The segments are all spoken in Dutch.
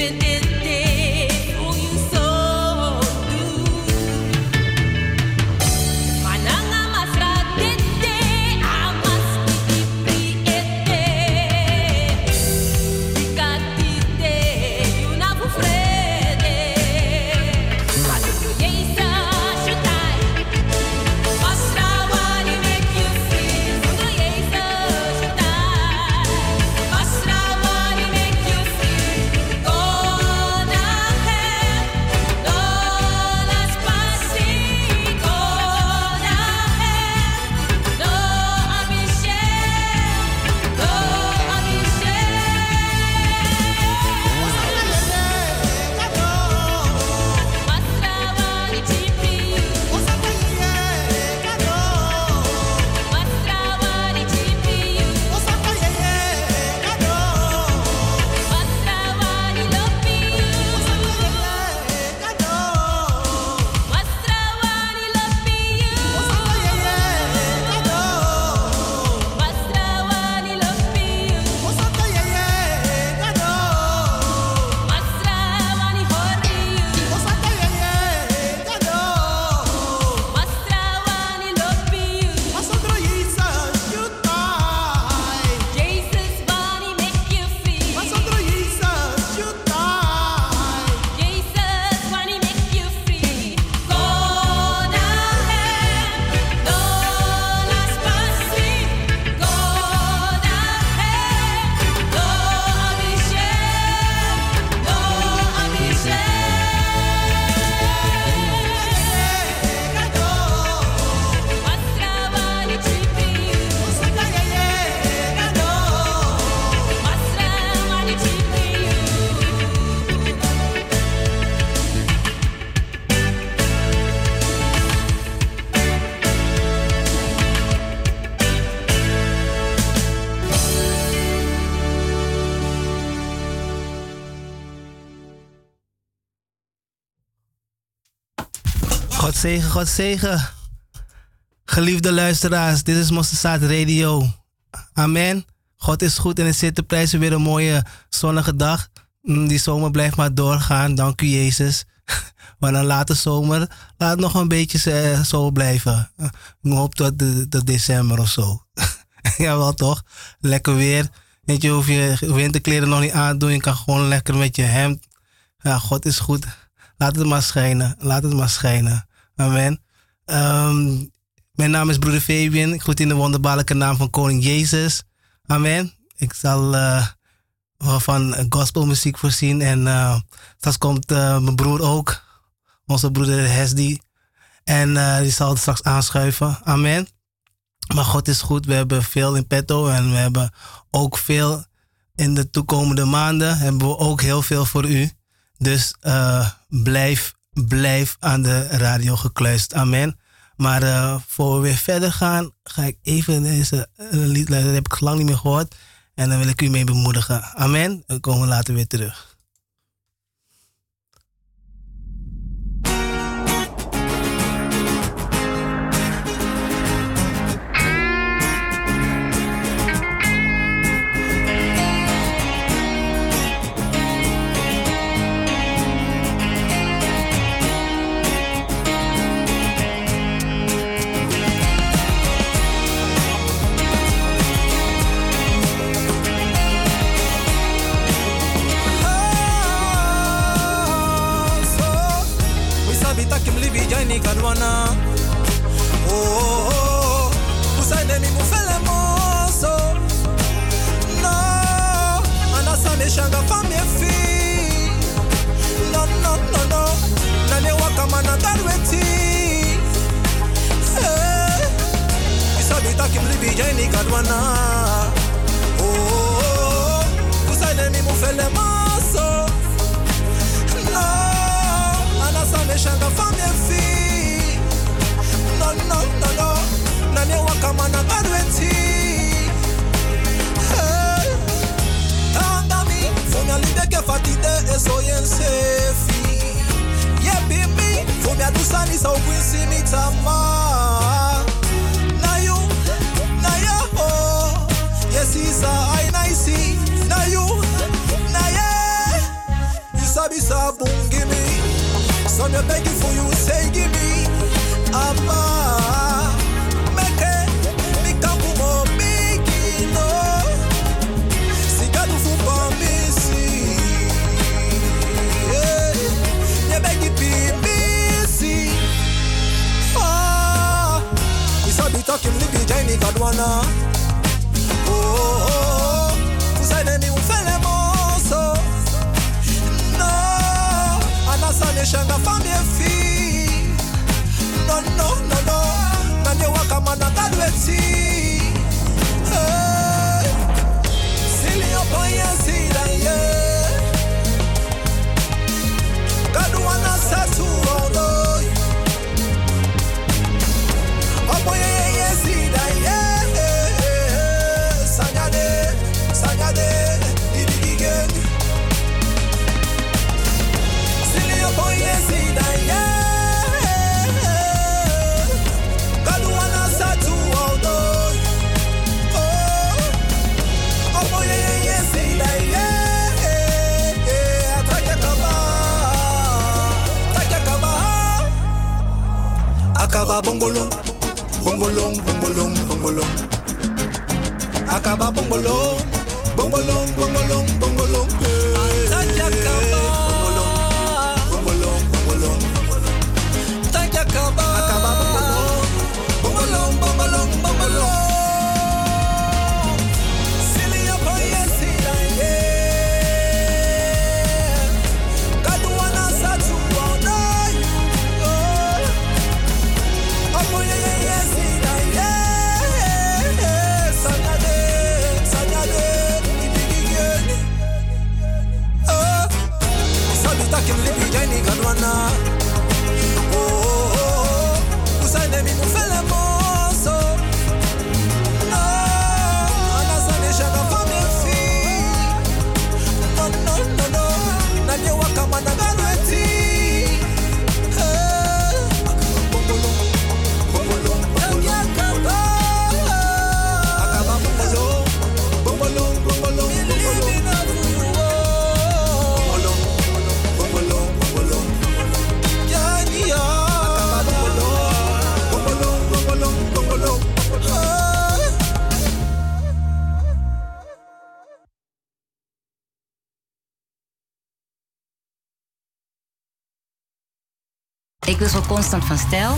God zegen, God zegen. Geliefde luisteraars, dit is Mosterdzaad Radio. Amen. God is goed en het zit te prijzen. Weer een mooie zonnige dag. Die zomer blijft maar doorgaan. Dank u, Jezus. Maar een late zomer, laat het nog een beetje zo blijven. Ik hoop tot december of zo. Jawel toch? Lekker weer. Weet je, hoef je winterkleren nog niet aan te doen. Je kan gewoon lekker met je hemd. Ja, God is goed. Laat het maar schijnen. Laat het maar schijnen. Amen. Mijn naam is broeder Fabian. Ik groet in de wonderbaarlijke naam van Koning Jezus. Amen. Ik zal van gospelmuziek voorzien. En straks komt mijn broer ook. Onze broeder Hesdy. En die zal straks aanschuiven. Amen. Maar God is goed. We hebben veel in petto. En we hebben ook veel in de toekomende maanden. Hebben we ook heel veel voor u. Dus blijf aan de radio gekluisterd. Amen. Maar voor we weer verder gaan, ga ik even deze lied luisteren. Dat heb ik lang niet meer gehoord. En dan wil ik u mee bemoedigen. Amen. We komen later weer terug. Kadwana, oh, usaide mi mufele moso, no, anasa me shanga famye fi, no, nane wakamana darweti, isabita kimlibi jeni kadwana, oh, usaide mi mufele moso, no, anasa me shanga famye fi. No, nane wakamana kadweti. Hey, tangami, fomia libeke fatide esoyen sefi. Yebi mi, fomia dusani sa ukwisi mitama. Na you, oh, yes isa I na isi. Na you, na ye, bisa boom give me. So me beg you for you say give me. Abba, make me kapu mo bigi no. Sigadu fu bambisi. Me beg you bambisi. Ah, we sabi talking libi jani kadwana. Oh, vous savez mi ufele moso. No, anasa ne shanga famie fi. No, no, no, no. Nanye wakamana kadweti. Hey, sili oponye sila ye. Kadwana satu ono. Oponye ye sila ye. Sanyade, didigen. Sili oponye sila ye. Akaba bongolong, bongolong, bongolong, bongolong. Akaba bongolong, bongolong, bongolong, bongolong. Takakaba, bongolong, bongolong, bongolong. Takakaba, akaba bongolong, bongolong, bongolong, bongolong. Silia poyesi ye. Kaduana satu onai. Ik wissel constant van stijl.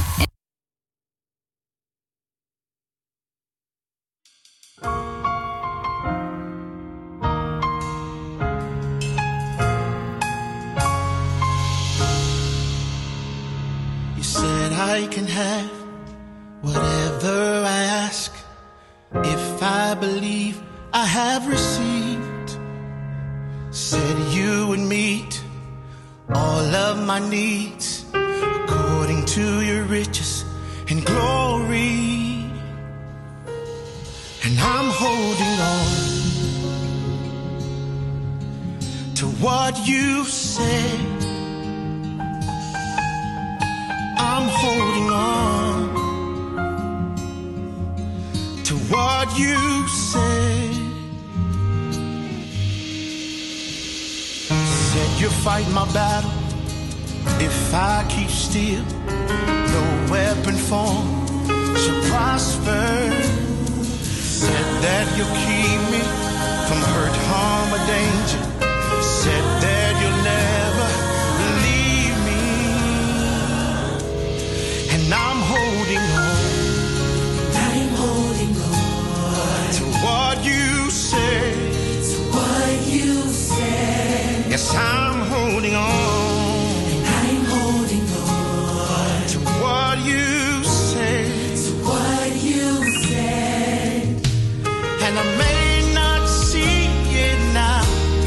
You said I can have whatever I ask if I believe I have received. Said you would meet all of my needs according to your riches and glory. And I'm holding on to what you said. I'm holding on to what you said. Said you fight my battle if I keep still. No weapon formed shall prosper. Said that you'll keep me from hurt, harm, or danger. Said that you'll never leave me. And I'm holding on. I'm holding on to what you said. To what you said. Yes, I'm holding on. I'm holding on to what you said. To what you said. And I may not see it now,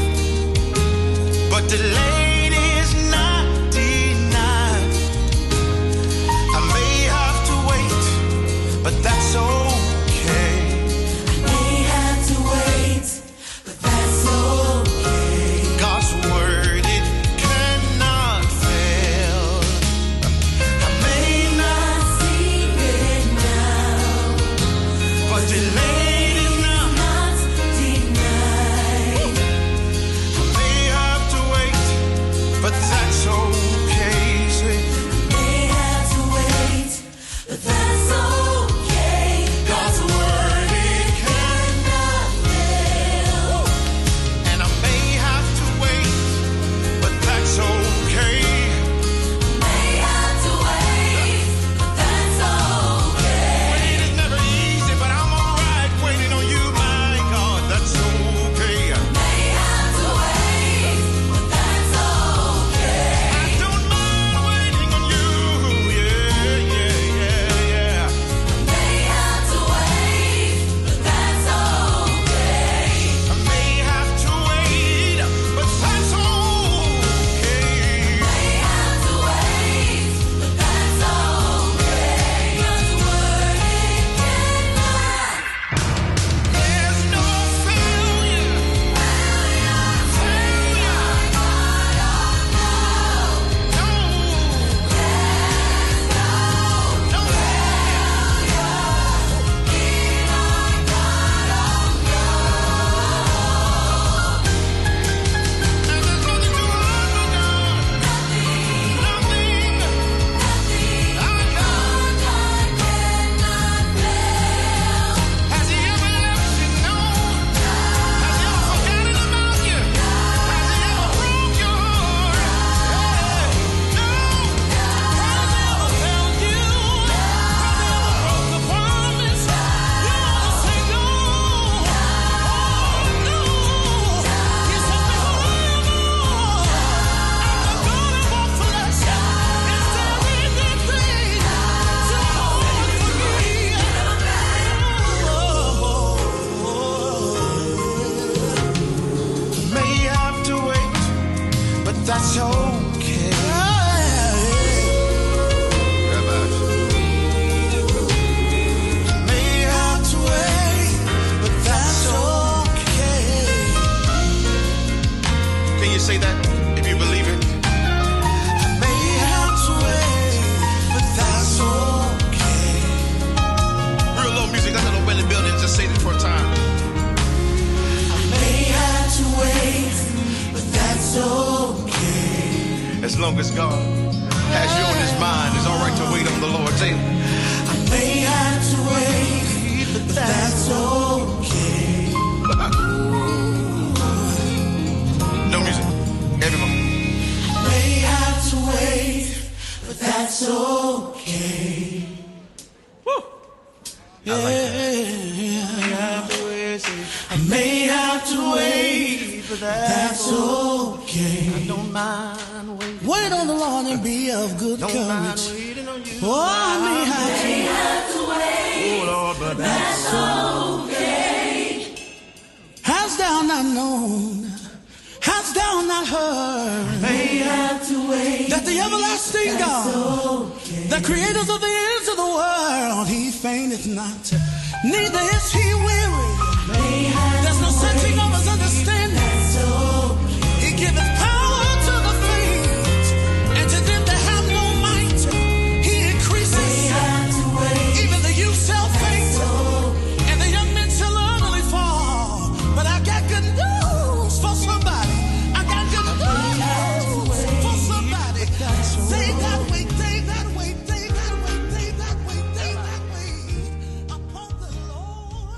but delayed is not denied. I may have to wait, but that's okay. I may have to wait, but that's okay. God's word, it cannot fail. I may not see it now, but delayed is not denied. I may have to wait, that's okay. May have to wait, but that's okay. Can you say that if you believe it? May have to wait, but that's okay. Real low music, that's not a winning building. Just say this for a time. Wait, but that's okay. As long as God has you on his mind, it's all right to wait on the Lord. Say, I may have to wait, but that's okay. No music. Everyone. I may have to wait, but that's okay. Woo! Yeah, I like that. I may have to wait, but that's okay. I don't mind waiting. Wait on the Lord and be of good courage. Oh, I may have to wait. Oh, Lord, but that's okay. Has thou not known? Hast thou not heard? May have to wait. That the everlasting God, the creator of the ends of the world, he fainteth not, neither is he weary. There's no searching of his understanding. He giveth power to the faint, and to them that have no might, he increases. Even the youth shall faint, and the young men shall utterly fall. But I got good news for somebody. I got good news for somebody. They that wait, they that wait, they that wait, they that wait, they that wait upon the Lord.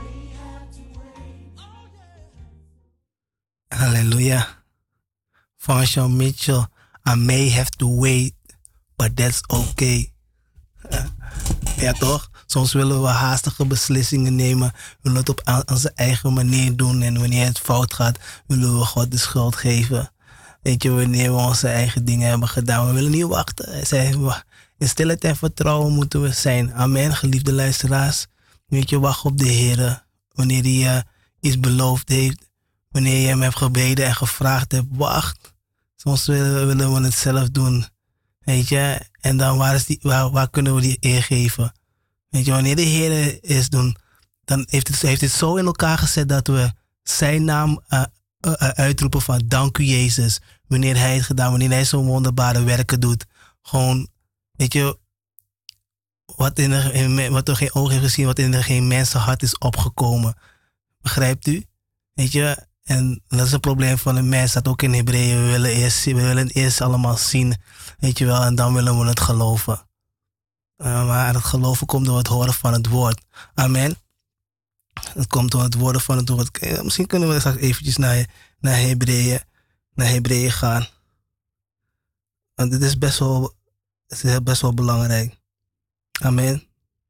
Hallelujah. Van Sean Mitchell. I may have to wait, but that's okay. Ja toch? Soms willen we haastige beslissingen nemen. We willen het op onze eigen manier doen. En wanneer het fout gaat, willen we God de schuld geven. Weet je, wanneer we onze eigen dingen hebben gedaan. We willen niet wachten. Hij zei, in stilheid en vertrouwen moeten we zijn. Amen, geliefde luisteraars. Weet je, wacht op de Heer. Wanneer hij je iets beloofd heeft. Wanneer je hem hebt gebeden en gevraagd hebt, wacht. Soms willen we het zelf doen. Weet je, en dan waar kunnen we die eer geven? Weet je, wanneer de Heer is doen, dan heeft het zo in elkaar gezet dat we zijn naam uitroepen van dank u Jezus. Wanneer hij het gedaan, wanneer hij zo'n wonderbare werken doet. Gewoon, weet je, wat er geen oog heeft gezien, wat in er geen mensenhart is opgekomen. Begrijpt u? Weet je, en dat is een probleem van de mens, dat ook in Hebreeën, we willen het eerst allemaal zien, weet je wel, en dan willen we het geloven. Maar het geloven komt door het horen van het woord. Amen. Het komt door het woorden van het woord. Misschien kunnen we straks eventjes naar Hebreeën gaan. Want dit is best wel belangrijk. Amen.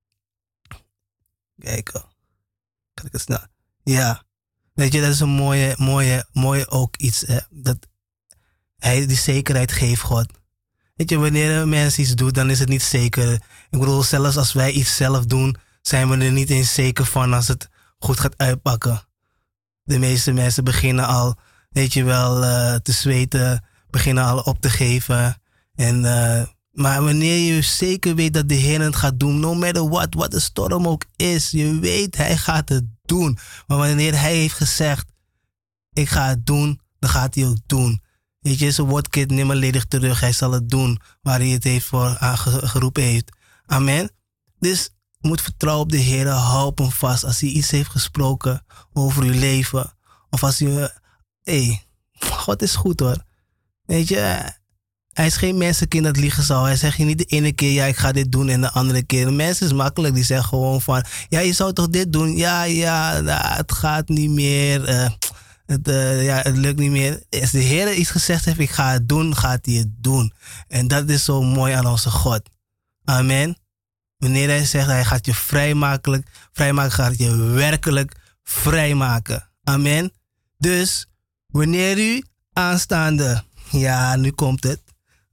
Kijken. Kan ik het snel? Ja. Weet je, dat is een mooie ook iets. Dat hij die zekerheid geeft, God. Weet je, wanneer een mens iets doet, dan is het niet zeker. Ik bedoel, zelfs als wij iets zelf doen, zijn we er niet eens zeker van als het goed gaat uitpakken. De meeste mensen beginnen al, weet je wel, te zweten, beginnen al op te geven. Maar wanneer je zeker weet dat de Heer het gaat doen, no matter wat de storm ook is, je weet, hij gaat het doen. Maar wanneer hij heeft gezegd, ik ga het doen, dan gaat hij ook doen. Weet je, zijn woord keert nimmer ledig terug. Hij zal het doen waar hij het heeft voor geroepen heeft. Amen. Dus je moet vertrouwen op de Heer. Hou op hem vast. Als hij iets heeft gesproken over uw leven. Of als hij... God is goed hoor. Weet je, hij is geen mensenkind dat liegen zal. Hij zegt je niet de ene keer, ja, ik ga dit doen en de andere keer. De mensen is makkelijk. Die zeggen gewoon van, ja, je zou toch dit doen? Ja, het gaat niet meer. Het lukt niet meer. Als de Heer iets gezegd heeft, ik ga het doen, gaat hij het doen. En dat is zo mooi aan onze God. Amen. Wanneer hij zegt, hij gaat je vrijmaken, gaat je werkelijk vrijmaken. Amen. Dus, wanneer u aanstaande, ja, nu komt het.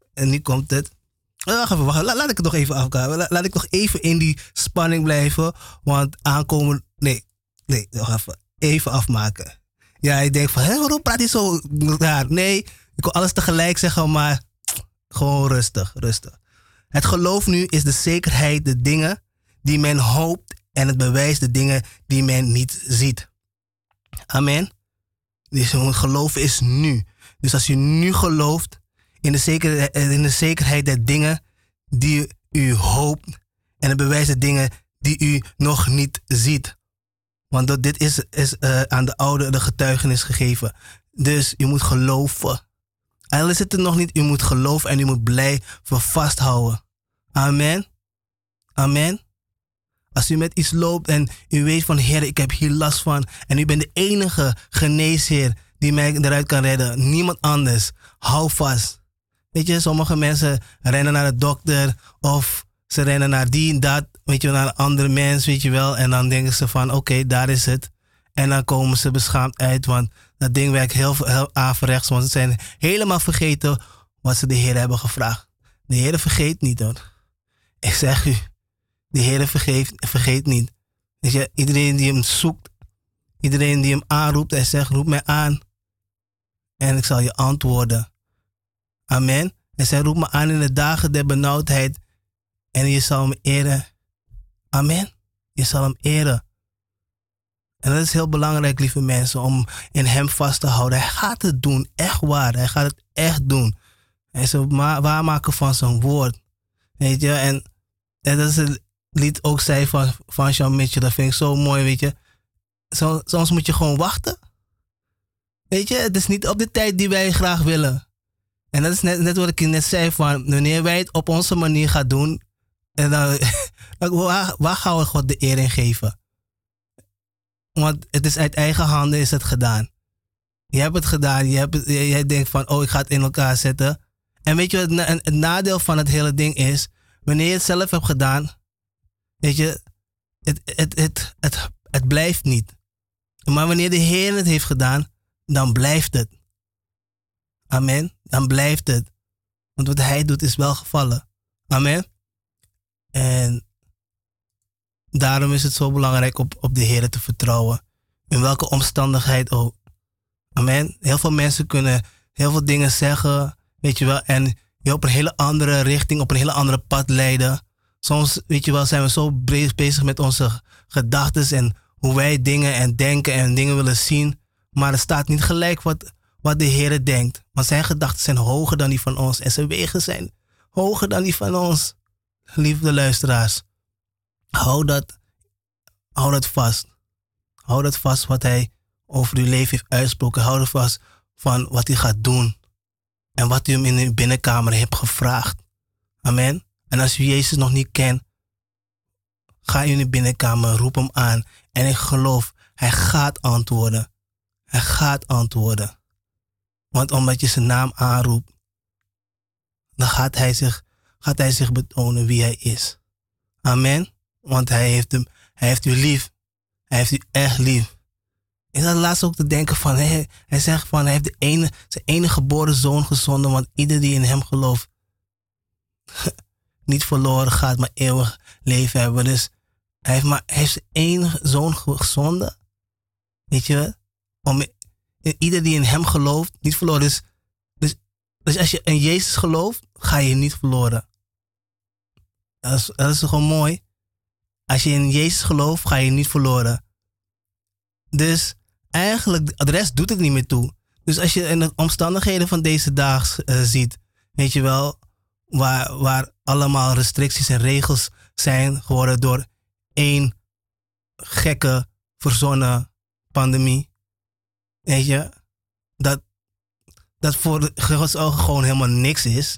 Wacht even, laat ik het nog even afkomen. Laat ik nog even in die spanning blijven. Want aankomen, nee, nog even afmaken. Ja, ik denk van, waarom praat hij zo raar? Nee, Ik wil alles tegelijk zeggen, maar gewoon rustig. Het geloof nu is de zekerheid, de dingen die men hoopt en het bewijs de dingen die men niet ziet. Amen. Dus geloven is nu. Dus als u nu gelooft in de zekerheid der dingen die u hoopt en het bewijs de dingen die u nog niet ziet. Want dit is aan de oude de getuigenis gegeven. Dus u moet geloven. Al is het er nog niet, u moet geloven en u moet blijven vasthouden. Amen. Amen. Als u met iets loopt en u weet van Heer, ik heb hier last van. En u bent de enige geneesheer die mij eruit kan redden. Niemand anders. Hou vast. Weet je, sommige mensen rennen naar de dokter of ze rennen naar die en dat. Weet je, naar een andere mens, weet je wel. En dan denken ze van oké, daar is het. En dan komen ze beschaamd uit, want dat ding werkt heel averechts. Want ze zijn helemaal vergeten wat ze de Heer hebben gevraagd. De Heer vergeet niet hoor. Ik zeg u, de Heer vergeet niet. Weet je, iedereen die hem zoekt, iedereen die hem aanroept en zegt, roep mij aan. En ik zal je antwoorden. Amen. En zij roept me aan in de dagen der benauwdheid. En je zal hem eren. Amen. Je zal hem eren. En dat is heel belangrijk, lieve mensen, om in hem vast te houden. Hij gaat het doen, echt waar. Hij gaat het echt doen. Hij is het waarmaken van zijn woord. Weet je, en dat is het lied ook zei van Sean Mitchell. Dat vind ik zo mooi, weet je. Soms moet je gewoon wachten. Weet je, het is niet op de tijd die wij graag willen. En dat is net wat ik net zei, van wanneer wij het op onze manier gaan doen, en dan, waar gaan we God de eer in geven? Want het is uit eigen handen is het gedaan. Je hebt het gedaan, jij denkt van, oh, ik ga het in elkaar zetten. En weet je wat het nadeel van het hele ding is? Wanneer je het zelf hebt gedaan, weet je, het blijft niet. Maar wanneer de Heer het heeft gedaan, dan blijft het. Amen. Dan blijft het. Want wat hij doet is wel gevallen. Amen. En daarom is het zo belangrijk op de Heer te vertrouwen. In welke omstandigheid ook. Amen. Heel veel mensen kunnen heel veel dingen zeggen, weet je wel, en je op een hele andere richting, op een hele andere pad leiden. Soms, weet je wel, zijn we zo bezig met onze gedachten en hoe wij dingen en denken en dingen willen zien. Maar er staat niet gelijk wat de Heer denkt. Want zijn gedachten zijn hoger dan die van ons. En zijn wegen zijn hoger dan die van ons. Lieve luisteraars. Hou dat vast. Hou dat vast wat hij over uw leven heeft uitgesproken. Hou dat vast van wat hij gaat doen. En wat u hem in uw binnenkamer hebt gevraagd. Amen. En als u Jezus nog niet kent, ga in uw binnenkamer, roep hem aan. En ik geloof, hij gaat antwoorden. Hij gaat antwoorden. Want omdat je zijn naam aanroept, dan gaat hij zich betonen wie hij is. Amen. Want hij heeft u lief. Hij heeft u echt lief. Ik zat laatst ook te denken van, hij zegt van, hij heeft zijn enige geboren zoon gezonden, want ieder die in hem gelooft, niet verloren gaat, maar eeuwig leven hebben. Dus hij heeft zijn enige zoon gezonden. Weet je, om ieder die in hem gelooft, niet verloren. Dus als je in Jezus gelooft, ga je niet verloren. Dat is gewoon mooi. Als je in Jezus gelooft, ga je niet verloren. Dus eigenlijk, de rest doet het niet meer toe. Dus als je in de omstandigheden van deze dag ziet, weet je wel, waar allemaal restricties en regels zijn geworden door één gekke, verzonnen pandemie. Weet je, dat voor Gods ogen gewoon helemaal niks is.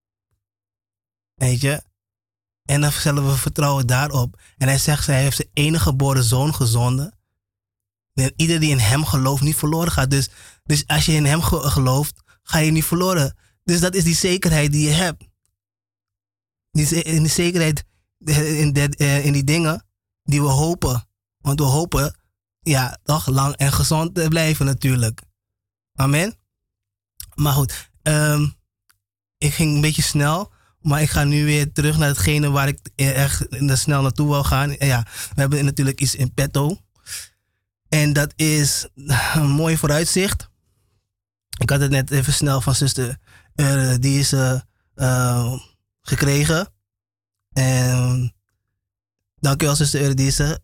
Weet je. En dan stellen we vertrouwen daarop. En hij zegt, hij heeft zijn enige geboren zoon gezonden. En ieder die in hem gelooft niet verloren gaat. Dus als je in hem gelooft, ga je niet verloren. Dus dat is die zekerheid die je hebt. Die zekerheid in die dingen die we hopen. Want we hopen, ja, toch lang en gezond te blijven natuurlijk. Amen. Maar goed, ik ging een beetje snel. Maar ik ga nu weer terug naar hetgene waar ik echt snel naartoe wil gaan. Ja, we hebben natuurlijk iets in petto. En dat is een mooi vooruitzicht. Ik had het net even snel van zuster Eurydice gekregen. En dankjewel zuster Eurydice.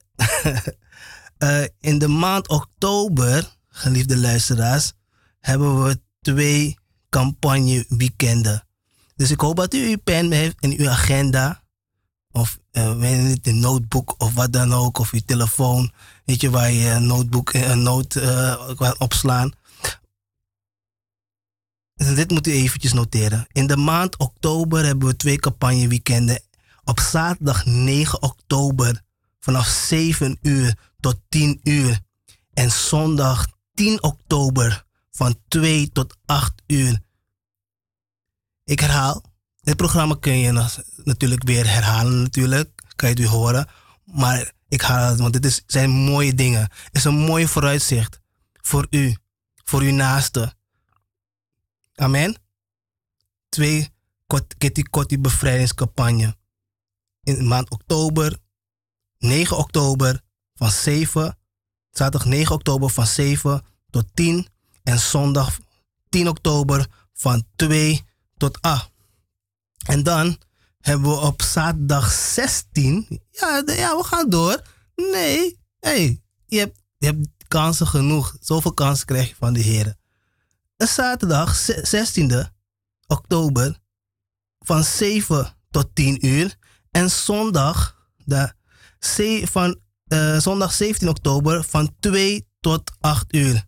In de maand oktober, geliefde luisteraars, hebben we 2 campagneweekenden. Dus ik hoop dat u uw pen heeft en uw agenda. Of weet niet, een notebook of wat dan ook. Of uw telefoon. Weet je, waar je een noot kan opslaan. En dit moet u eventjes noteren. In de maand oktober hebben we 2 campagneweekenden. Op zaterdag 9 oktober vanaf 7 uur tot 10 uur. En zondag 10 oktober van 2 tot 8 uur. Ik herhaal. Dit programma kun je natuurlijk weer herhalen natuurlijk. Kan je het weer horen. Maar ik haal het, want dit zijn mooie dingen. Het is een mooi vooruitzicht. Voor u. Voor uw naaste. Amen. 2 Kitty Kotti bevrijdingscampagne. In de maand oktober. 9 oktober van 7. Zaterdag 9 oktober van 7 tot 10. En zondag 10 oktober van 2 tot 8. En dan hebben we op zaterdag 16. Ja, we gaan door. Nee. Hey, je hebt kansen genoeg. Zoveel kansen krijg je van de Heer. En zaterdag 16 oktober van 7 tot 10 uur. En zondag, zondag 17 oktober van 2 tot 8 uur.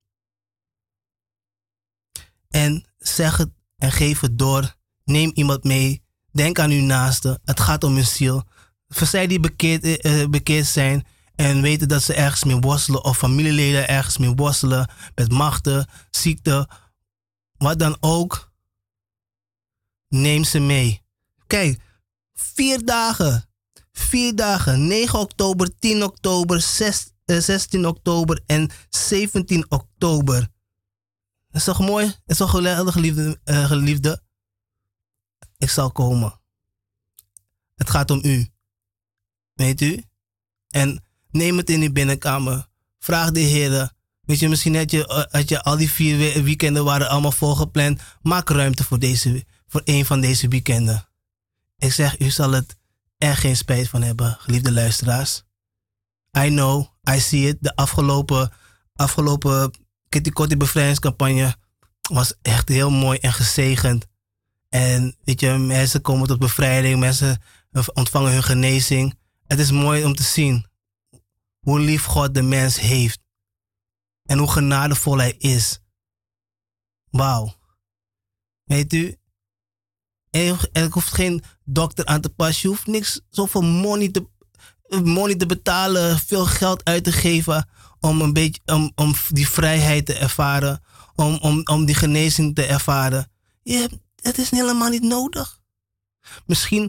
En zeg het en geef het door. Neem iemand mee. Denk aan uw naaste. Het gaat om uw ziel. Voor zij die bekeerd zijn en weten dat ze ergens mee worstelen of familieleden ergens mee worstelen met machten, ziekte, wat dan ook. Neem ze mee. Kijk, 4 dagen. 4 dagen. 9 oktober, 10 oktober, 16 oktober en 17 oktober. Dat is toch mooi? Dat is toch geweldig, geliefde? Ik zal komen. Het gaat om u. Weet u? En neem het in uw binnenkamer. Vraag de Heer. Weet je, misschien had je al die 4 weekenden waren allemaal volgepland. Maak ruimte voor een van deze weekenden. Ik zeg, u zal het er geen spijt van hebben, geliefde luisteraars. I know, I see it. De afgelopen Kitty Kotti bevrijdingscampagne was echt heel mooi en gezegend. En weet je, mensen komen tot bevrijding, mensen ontvangen hun genezing. Het is mooi om te zien hoe lief God de mens heeft. En hoe genadevol hij is. Wauw. Weet u, er hoeft geen dokter aan te passen. Je hoeft niks, zoveel money te betalen, veel geld uit te geven om een beetje, om die vrijheid te ervaren, om die genezing te ervaren. Het is helemaal niet nodig. Misschien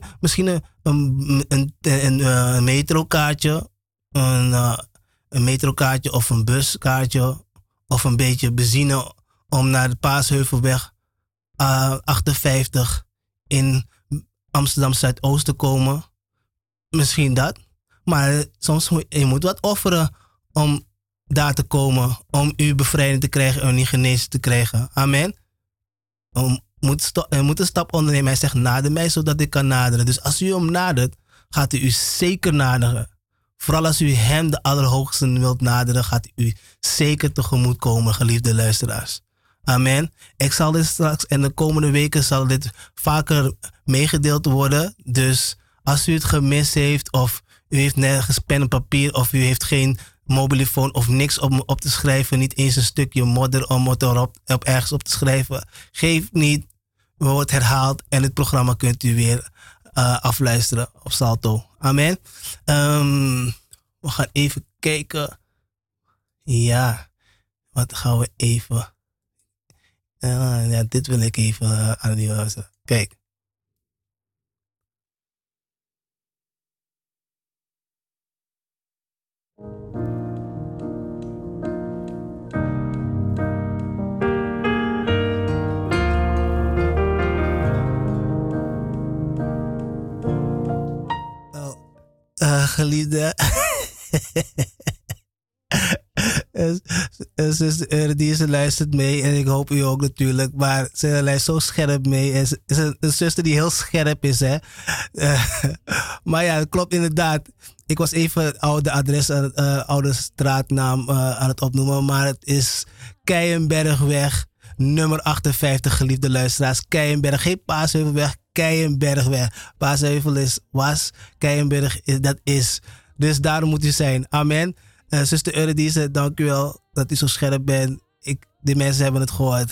een metrokaartje, een metrokaartje of een buskaartje of een beetje benzine om naar de Paasheuvelweg 58 in Amsterdam Zuidoost te komen. Misschien dat. Maar soms je moet wat offeren om daar te komen, om uw bevrijding te krijgen en uw genezing te krijgen. Amen. Je moet een stap ondernemen. Hij zegt, nader mij zodat ik kan naderen. Dus als u hem nadert, gaat hij u zeker naderen. Vooral als u hem, de Allerhoogste, wilt naderen, gaat hij u zeker tegemoet komen, geliefde luisteraars. Amen. Ik zal dit straks en de komende weken zal dit vaker meegedeeld worden. Dus als u het gemist heeft of u heeft nergens pen en papier of u heeft geen mobielefoon of niks om op te schrijven, niet eens een stukje modder om het erop ergens op te schrijven, geef niet. Wordt herhaald en het programma kunt u weer afluisteren op Salto. Amen. We gaan even kijken. Ja, wat gaan we even. Ja, dit wil ik even aan die luisteren. Kijk. Geliefde. Zuster Eurydice luistert mee en ik hoop u ook natuurlijk. Maar ze luistert zo scherp mee. En ze is een zuster die heel scherp is, hè. Maar ja, het klopt inderdaad. Ik was even de adres, oude straatnaam aan het opnoemen. Maar het is Keienbergweg, nummer 58, geliefde luisteraars. Keienberg, geen Paasheuvelweg, Keienbergweg. Paasheuvel was, Keienberg dat is. Dus daar moet u zijn. Amen. Zuster Eurydice, dank u wel dat u zo scherp bent. De mensen hebben het gehoord.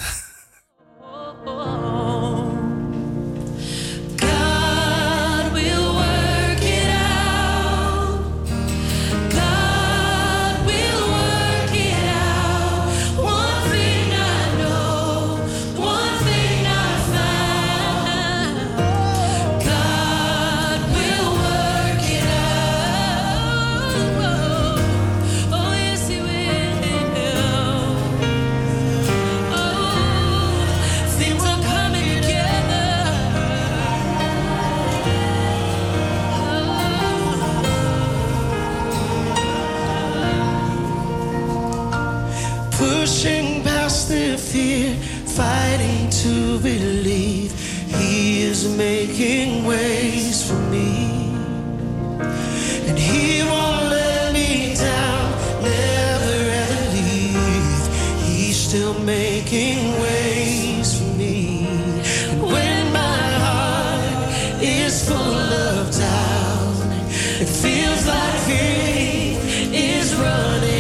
Pushing past the fear, fighting to believe He is making ways for me. And He won't let me down, never ever leave. He's still making ways for me. And when my heart is full of doubt, it feels like faith is running.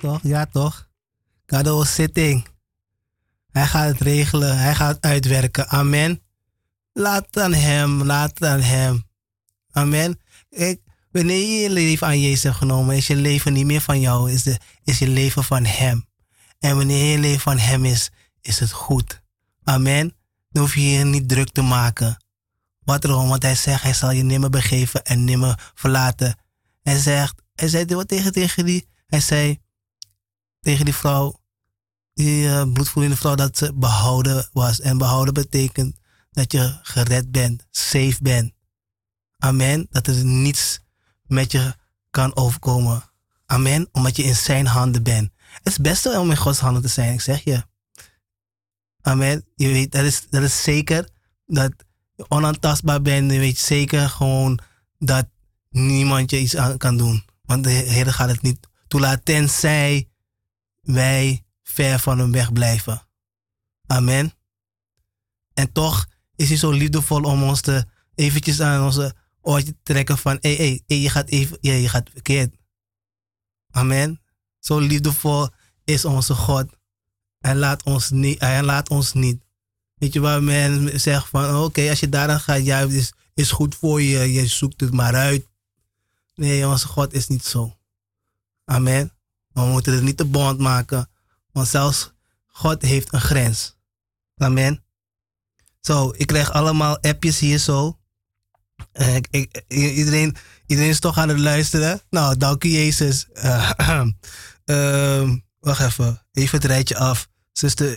toch? Ja, toch? God is sitting. Hij gaat het regelen. Hij gaat het uitwerken. Amen. Laat het aan hem. Laat het aan hem. Amen. Wanneer je je leven aan Jezus hebt genomen, is je leven niet meer van jou. Is je leven van hem. En wanneer je leven van hem is het goed. Amen. Dan hoef je je niet druk te maken. Wat erom? Want hij zegt, hij zal je nimmer begeven en nimmer verlaten. Hij zei wat tegen die? Hij zei tegen die vrouw, die bloedvloeiende vrouw, dat ze behouden was. En behouden betekent dat je gered bent, safe bent. Amen. Dat er niets met je kan overkomen. Amen. Omdat je in zijn handen bent. Het is best wel om in Gods handen te zijn, ik zeg je. Amen. Je weet, dat is zeker dat je onaantastbaar bent. Je weet zeker gewoon dat niemand je iets aan kan doen. Want de Heer gaat het niet toelaten, tenzij wij ver van hem weg blijven. Amen. En toch is hij zo liefdevol om ons te eventjes aan onze oortje te trekken van, je gaat verkeerd. Amen. Zo liefdevol is onze God. Hij laat ons niet. Weet je waar men zegt van, oké, als je daaraan gaat, ja, het is goed voor je, je zoekt het maar uit. Nee, onze God is niet zo. Amen. Maar we moeten het niet te bond maken, want zelfs God heeft een grens. Amen. Zo, ik krijg allemaal appjes hier zo. Iedereen is toch aan het luisteren. Nou, dank u Jezus. Wacht even het rijtje af. Zuster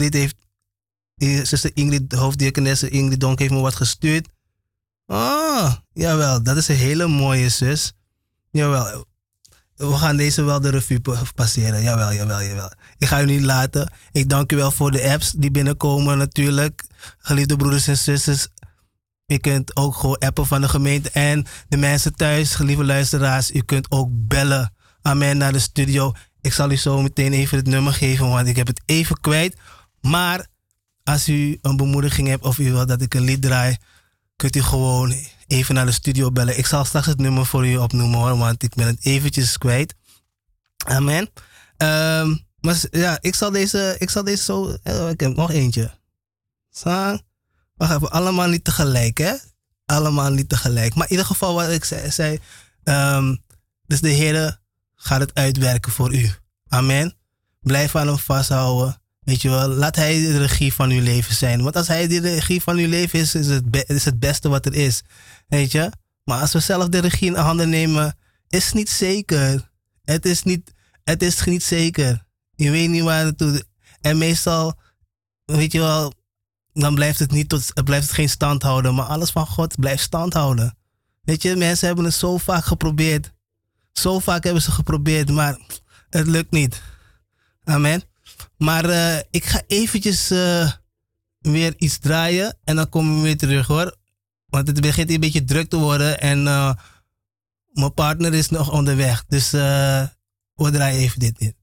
Ingrid, hoofddiakonesse Ingrid Donk heeft me wat gestuurd. Oh, jawel, dat is een hele mooie zus. Jawel, we gaan deze wel de revue passeren. Jawel. Ik ga u niet laten. Ik dank u wel voor de apps die binnenkomen natuurlijk. Geliefde broeders en zusters. Je kunt ook gewoon appen van de gemeente. En de mensen thuis, geliefde luisteraars, u kunt ook bellen. Amen, naar de studio. Ik zal u zo meteen even het nummer geven, want ik heb het even kwijt. Maar als u een bemoediging hebt of u wilt dat ik een lied draai, kunt u gewoon even naar de studio bellen. Ik zal straks het nummer voor u opnoemen hoor, want ik ben het eventjes kwijt. Amen. Maar ja, ik zal deze zo... ik heb nog eentje. Wacht even, allemaal niet tegelijk, hè? Allemaal niet tegelijk. Maar in ieder geval wat ik zei dus de Heer gaat het uitwerken voor u. Amen. Blijf aan hem vasthouden. Weet je wel, laat hij de regie van uw leven zijn. Want als hij de regie van uw leven is het beste wat er is. Weet je? Maar als we zelf de regie in handen nemen, is het niet zeker. Het is niet zeker. Je weet niet waar het toe. En meestal, weet je wel, dan blijft het geen stand houden. Maar alles van God blijft stand houden. Weet je, mensen hebben het zo vaak geprobeerd. Zo vaak hebben ze geprobeerd, maar het lukt niet. Amen. Maar ik ga eventjes weer iets draaien en dan komen we weer terug hoor. Want het begint een beetje druk te worden en mijn partner is nog onderweg. Dus we draaien even dit in.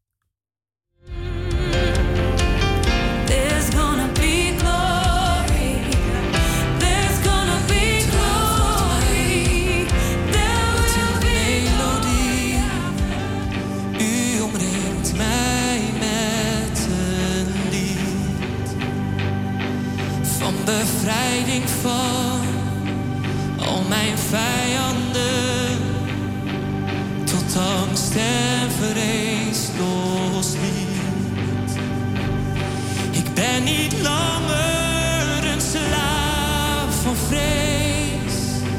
Bevrijding van al mijn vijanden, tot angst en vrees losliet. Ik ben niet langer een slaaf van vrees.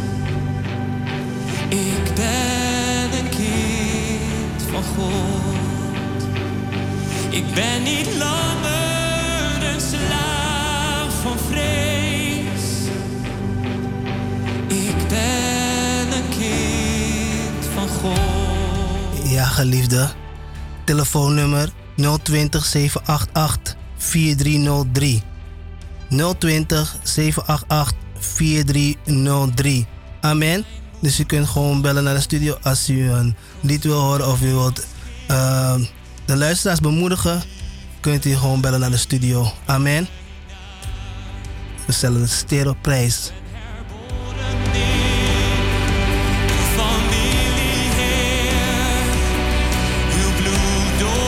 Ik ben een kind van God. Ik ben niet langer een slaaf van vrees. Ik ben een kind van God. Ja, geliefde. Telefoonnummer 020 788 4303. 020 788 4303. Amen. Dus u kunt gewoon bellen naar de studio als u een lied wil horen of u wilt de luisteraars bemoedigen. Kunt u gewoon bellen naar de studio. Amen. We stellen de ster op prijs. Familie Heer, uw bloed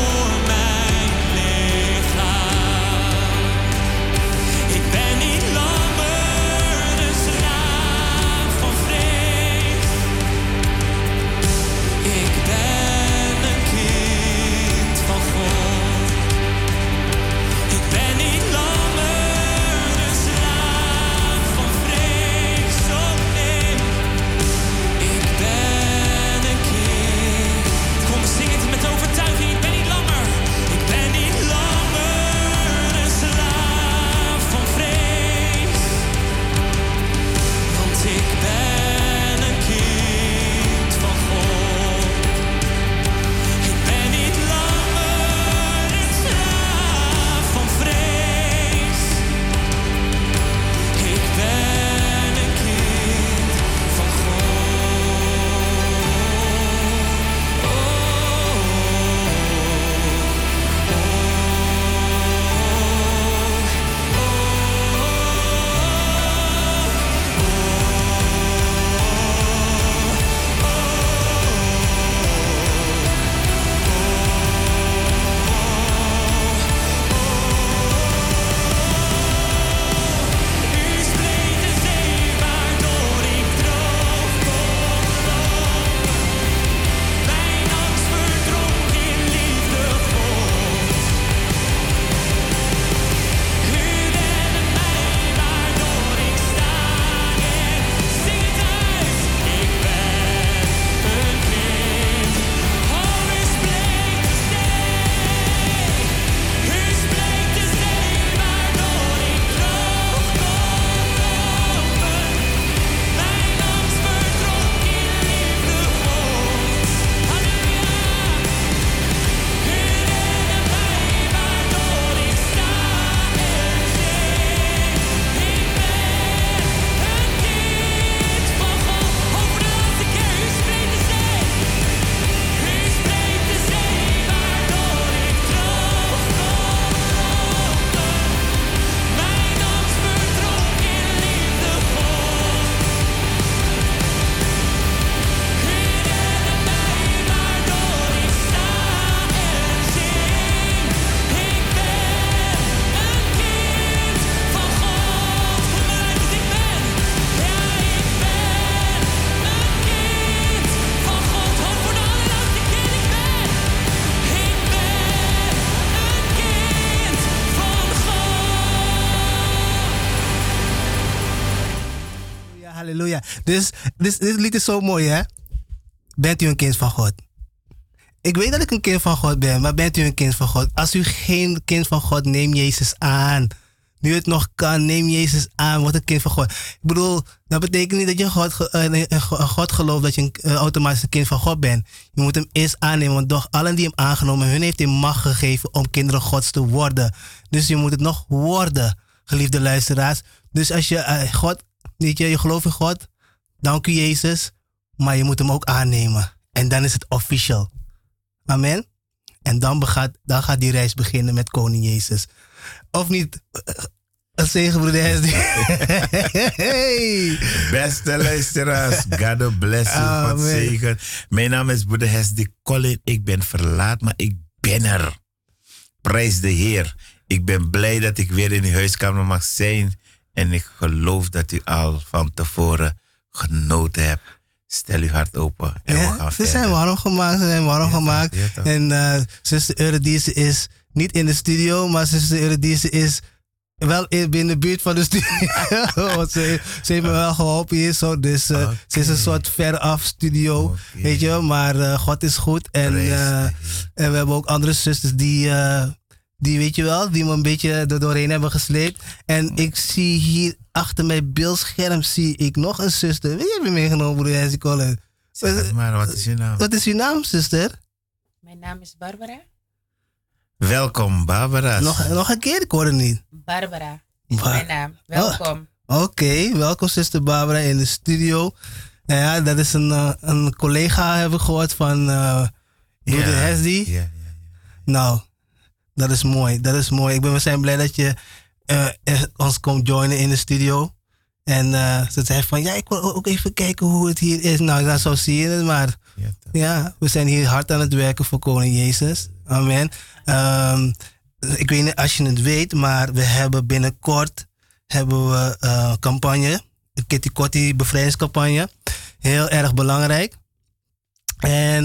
Dus dit lied is zo mooi, hè? Bent u een kind van God? Ik weet dat ik een kind van God ben, maar bent u een kind van God? Als u geen kind van God, neem Jezus aan. Nu het nog kan, neem Jezus aan. Word een kind van God. Ik bedoel, dat betekent niet dat je God gelooft dat je automatisch een kind van God bent. Je moet hem eerst aannemen, want toch allen die hem aangenomen, hun heeft hij macht gegeven om kinderen Gods te worden. Dus je moet het nog worden, geliefde luisteraars. Dus als je God, weet je gelooft in God, dank u Jezus, maar je moet hem ook aannemen. En dan is het official. Amen. En dan gaat die reis beginnen met Koning Jezus. Of niet? Een zegen, broeder Hesdy. Hey. Beste luisteraars, God bless you. God zegen. Mijn naam is broeder Hesdy Colin. Ik ben verlaat, maar ik ben er. Prijs de Heer. Ik ben blij dat ik weer in de huiskamer mag zijn. En ik geloof dat u al van tevoren genoten hebt. Stel uw hart open. En we gaan ze verder. zijn warm gemaakt. Ja, en zuster Eurydice is niet in de studio, maar zuster Eurydice is wel binnen de buurt van de studio. Want ze heeft me wel geholpen hier. Zo. Dus ze is een soort veraf studio. Weet je, maar God is goed. En we hebben ook andere zusters die weet je wel, die me een beetje doorheen hebben gesleept. En ik zie hier achter mijn beeldscherm zie ik nog een zuster. Wie heb je meegenomen, broeder Hesdy Colin? Zeg maar, wat is je naam? Wat is uw naam, zuster? Mijn naam is Barbara. Welkom, Barbara. Nog een keer, ik hoor het niet. Barbara is mijn naam. Welkom. Oké, welkom zuster Barbara in de studio. Ja, dat is een collega, heb ik gehoord, van broeder Hesdy. Ja. Nou, dat is mooi. We zijn blij dat je ons komt joinen in de studio. En ze zei van, ja, ik wil ook even kijken hoe het hier is. Nou, zo zie je het, maar ja, we zijn hier hard aan het werken voor Koning Jezus. Amen. Ik weet niet als je het weet, maar we hebben binnenkort een campagne, de Kitty Kotti bevrijdingscampagne. Heel erg belangrijk. En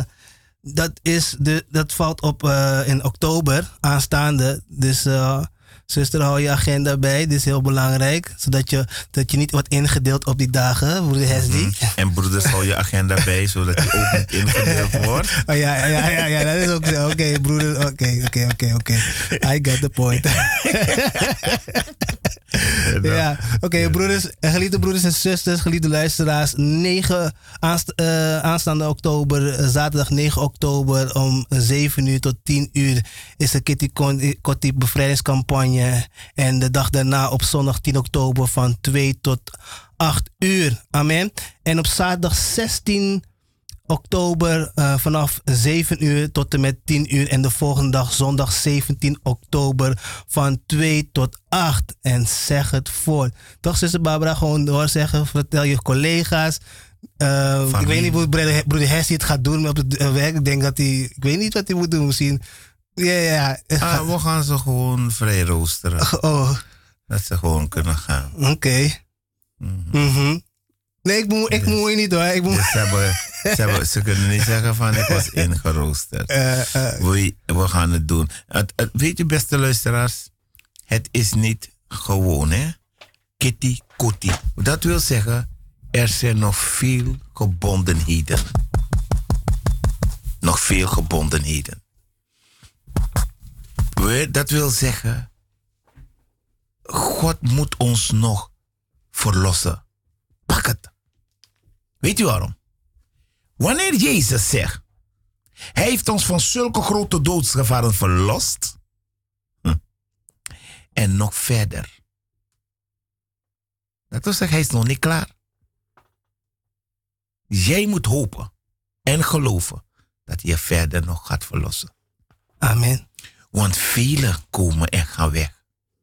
dat valt op in oktober aanstaande. Dus zuster, hou je agenda bij. Dit is heel belangrijk. Zodat je niet wordt ingedeeld op die dagen, broeder Hesdy. En broeders, hou je agenda bij, zodat je ook niet ingedeeld wordt. Oh ja, dat is ook zo. Oké, broeder. Oké. I got the point. Ja, oké, broeders, geliefde broeders en zusters, geliefde luisteraars. Aanstaande oktober, zaterdag 9 oktober om 7 uur tot 10 uur is de Kitty Kotti bevrijdingscampagne. En de dag daarna op zondag 10 oktober van 2 tot 8 uur. Amen. En op zaterdag 16 oktober vanaf 7 uur tot en met 10 uur. En de volgende dag zondag 17 oktober van 2 tot 8. En zeg het voort. Toch, zuster Barbara, gewoon doorzeggen. Vertel je collega's. Ik weet niet hoe broeder Hesdy het gaat doen op het werk. Ik denk dat ik weet niet wat hij moet doen misschien. Ja. We gaan ze gewoon vrij roosteren. Oh. Dat ze gewoon kunnen gaan. Oké. Nee, ik moet je niet hoor. Ze kunnen niet zeggen van ik was ingeroosterd. We gaan het doen. Weet je, beste luisteraars, het is niet gewoon, hè? Kitty Kotti. Dat wil zeggen, er zijn nog veel gebondenheden. Nog veel gebondenheden. Dat wil zeggen, God moet ons nog verlossen. Pak het. Weet u waarom? Wanneer Jezus zegt, hij heeft ons van zulke grote doodsgevaren verlost. En nog verder. Dat wil zeggen, hij is nog niet klaar. Jij moet hopen en geloven dat hij je verder nog gaat verlossen. Amen. Want velen komen en gaan weg.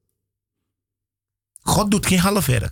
God doet geen halfwerk.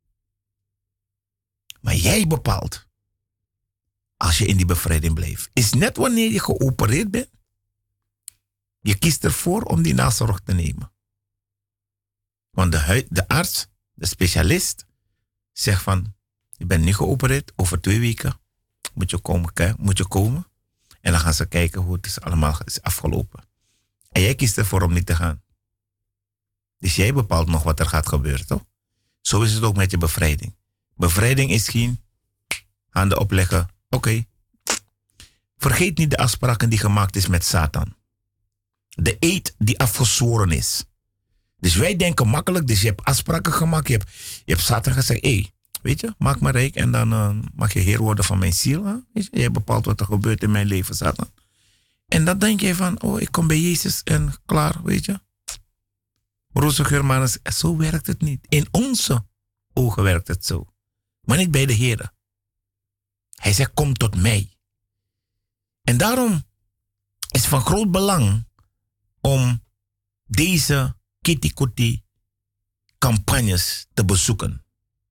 Maar jij bepaalt. Als je in die bevrijding blijft. Is net wanneer je geopereerd bent. Je kiest ervoor om die nazorg te nemen. Want de arts, de specialist, zegt van, je bent niet geopereerd, over 2 weken moet je komen. En dan gaan ze kijken hoe het allemaal is afgelopen. En jij kiest ervoor om niet te gaan. Dus jij bepaalt nog wat er gaat gebeuren, toch? Zo is het ook met je bevrijding. Bevrijding is geen handen opleggen. Oké. Vergeet niet de afspraken die gemaakt is met Satan. De eed die afgezworen is. Dus wij denken makkelijk, dus je hebt afspraken gemaakt. Je hebt Satan gezegd, weet je, maak me rijk en dan mag je heer worden van mijn ziel. Hè? Weet je bepaalt wat er gebeurt in mijn leven, Satan. En dan denk je van, ik kom bij Jezus en klaar, weet je. Broers Germanus, zo werkt het niet. In onze ogen werkt het zo. Maar niet bij de Heer. Hij zegt, kom tot mij. En daarom is het van groot belang om deze kitty-kutty campagnes te bezoeken.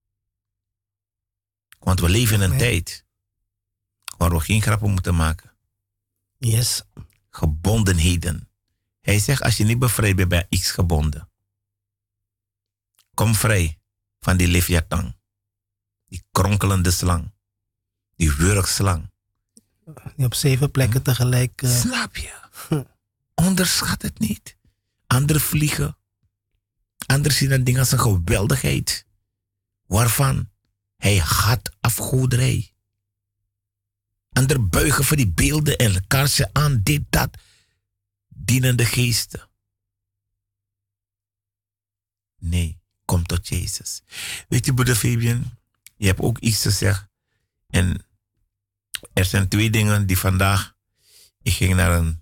Want we leven in een tijd waar we geen grappen moeten maken. Yes. Gebondenheden. Hij zegt, als je niet bevrijd bent, ben je iets gebonden. Kom vrij van die Leviathan. Die kronkelende slang. Die wurgslang. Die op 7 plekken tegelijk. Snap je? Onderschat het niet. Anderen vliegen. Anderen zien dat ding als een geweldigheid. Waarvan hij had afgoderij. Anderen buigen voor die beelden en kaarsje aan dit, dat. Dienende geesten. Nee, kom tot Jezus. Weet je, broeder Fabian, je hebt ook iets gezegd. En er zijn 2 dingen die vandaag... Ik ging naar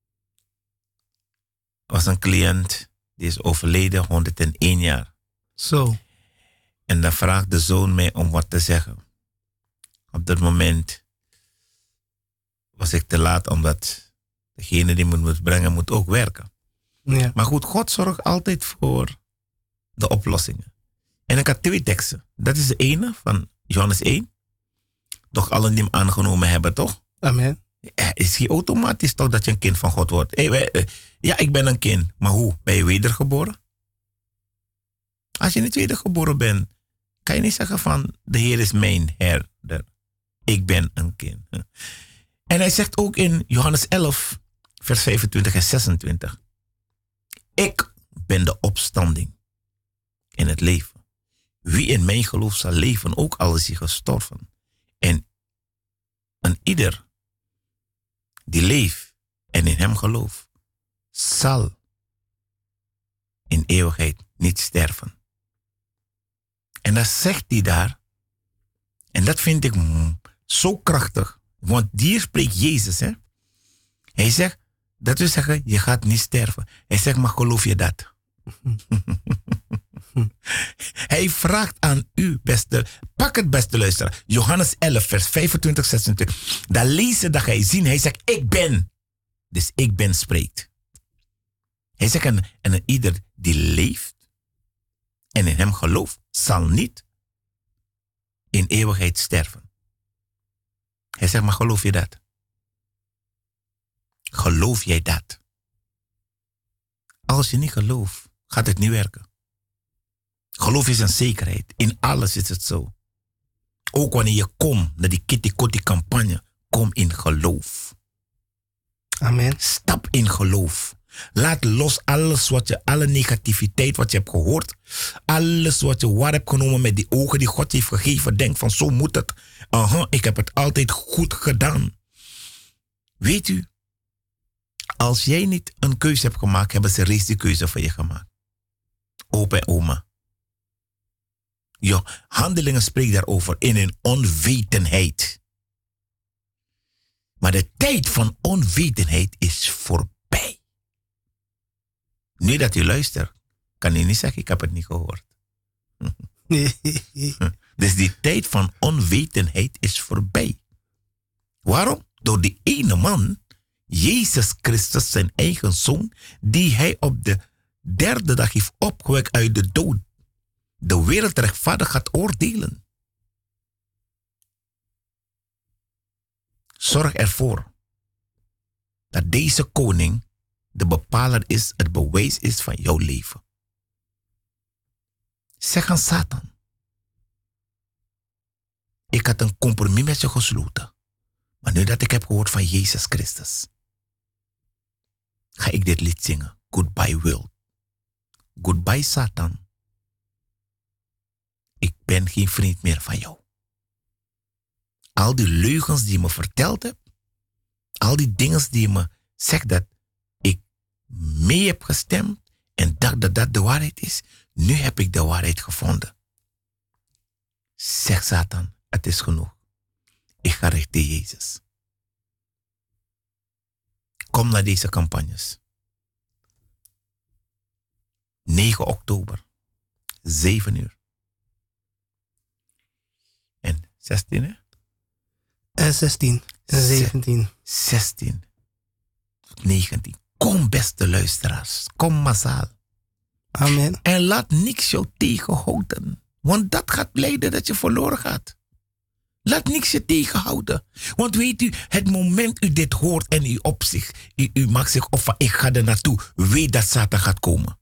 was een cliënt, die is overleden, 101 jaar. Zo. En dan vraagt de zoon mij om wat te zeggen. Op dat moment was ik te laat, omdat degene die me moet brengen, moet ook werken. Ja. Maar goed, God zorgt altijd voor de oplossingen. En ik had 2 teksten. Dat is de ene van Johannes 1. Doch allen die hem aangenomen hebben, toch? Amen. Is hij automatisch toch dat je een kind van God wordt? Ja, ik ben een kind. Maar hoe? Ben je wedergeboren? Als je niet wedergeboren bent, kan je niet zeggen van de Heer is mijn herder. Ik ben een kind. En hij zegt ook in Johannes 11, vers 25 en 26. Ik ben de opstanding in het leven. Wie in mij gelooft zal leven, ook al is hij gestorven. En een ieder die leeft en in hem gelooft, zal in eeuwigheid niet sterven. En dat zegt hij daar. En dat vind ik zo krachtig. Want hier spreekt Jezus. Hè? Hij zegt, dat wil zeggen, je gaat niet sterven. Hij zegt, maar geloof je dat? Hij vraagt aan u, pak het beste luisteraar. Johannes 11, vers 25, 26. Daar lezen, dat ga je zien. Hij zegt, ik ben. Dus ik ben spreekt. Hij zegt, en ieder die leeft en in hem gelooft, zal niet in eeuwigheid sterven. Hij zegt, maar geloof je dat? Geloof jij dat? Als je niet gelooft, gaat het niet werken. Geloof is een zekerheid. In alles is het zo. Ook wanneer je komt naar die kitty-kotty campagne, kom in geloof. Amen. Stap in geloof. Laat los alle negativiteit wat je hebt gehoord. Alles wat je waar hebt genomen met die ogen die God je heeft gegeven. Denk van zo moet het. Ik heb het altijd goed gedaan. Weet u, als jij niet een keuze hebt gemaakt, hebben ze reeds die keuze voor je gemaakt. Opa en oma. Je handelingen spreken daarover in een onwetendheid. Maar de tijd van onwetendheid is voorbij. Nu dat u luistert, kan u niet zeggen, ik heb het niet gehoord. Dus die tijd van onwetendheid is voorbij. Waarom? Door die ene man, Jezus Christus, zijn eigen zoon, die hij op de 3e dag heeft opgewekt uit de dood, de wereld rechtvaardig gaat oordelen. Zorg ervoor dat deze koning de bepaler is, het bewijs is van jouw leven. Zeg aan Satan, ik had een compromis met je gesloten, maar nu dat ik heb gehoord van Jezus Christus, ga ik dit lied zingen. Goodbye world. Goodbye Satan. ik ben geen vriend meer van jou. Al die leugens die je me verteld hebt, al die dingen die je me zegt dat ik mee heb gestemd en dacht dat dat de waarheid is, nu heb ik de waarheid gevonden. Zeg Satan, het is genoeg. Ik ga richting Jezus. Kom naar deze campagnes. 9 oktober, 7 uur. En 16, hè? En 16 en 17. 16 tot 19. Kom, beste luisteraars. Kom massaal. Amen. En laat niks jou tegenhouden. Want dat gaat leiden dat je verloren gaat. Laat niks je tegenhouden. Want weet u, het moment u dit hoort en u op zich, u maakt zich op van ik ga er naartoe. Weet dat Satan gaat komen.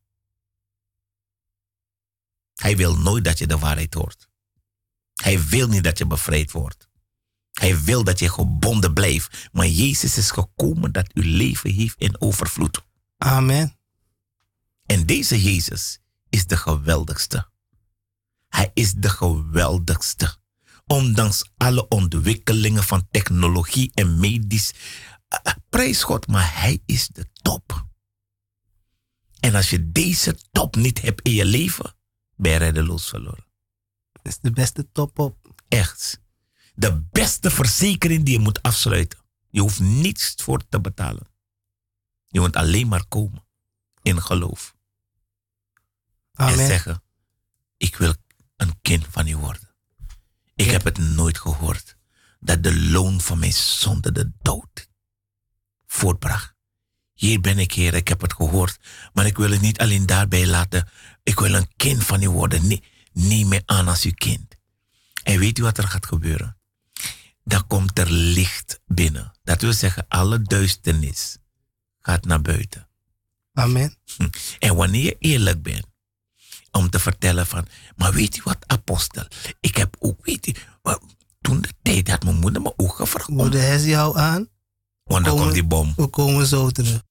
Hij wil nooit dat je de waarheid hoort. Hij wil niet dat je bevrijd wordt. Hij wil dat je gebonden blijft. Maar Jezus is gekomen dat uw leven heeft in overvloed. Amen. En deze Jezus is de geweldigste. Hij is de geweldigste. Ondanks alle ontwikkelingen van technologie en medisch. Prijs God, maar hij is de top. En als je deze top niet hebt in je leven, ben je reddeloos verloren. Dat is de beste top op. Echt. De beste verzekering die je moet afsluiten. Je hoeft niets voor te betalen. Je moet alleen maar komen in geloof. Amen. En zeggen, ik wil een kind van u worden. Ik heb het nooit gehoord dat de loon van mijn zonde de dood voortbracht. Hier ben ik, Heer, ik heb het gehoord, maar ik wil het niet alleen daarbij laten. Ik wil een kind van u worden. Neem mij aan als uw kind. En weet u wat er gaat gebeuren? Dan komt er licht binnen. Dat wil zeggen, alle duisternis gaat naar buiten. Amen. En wanneer je eerlijk bent, om te vertellen van, maar weet u wat, apostel? Ik heb ook, weet u, toen de tijd had mijn moeder me ook gevraagd. Moeder Hessie, hou aan. Want dan komt die bom. We komen zo terug.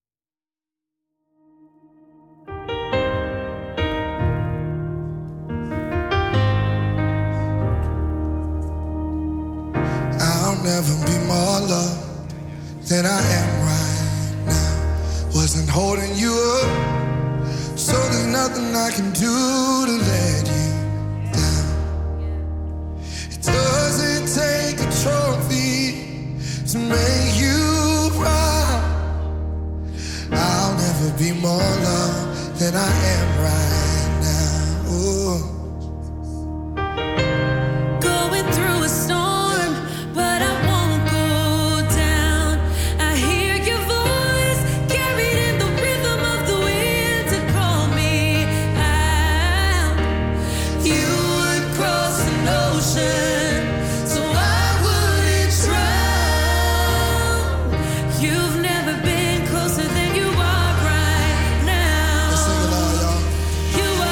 I'll never be more loved than I am right now. Wasn't holding you up, so there's nothing I can do to let you down. It doesn't take a trophy to make you proud. I'll never be more loved than I am right now. Ooh. Going through a storm, but I won't go down. I hear your voice carried in the rhythm of the wind to call me out. You would cross an ocean, so I wouldn't drown. You've never been closer than you are right now. Let's sing it loud, y'all. You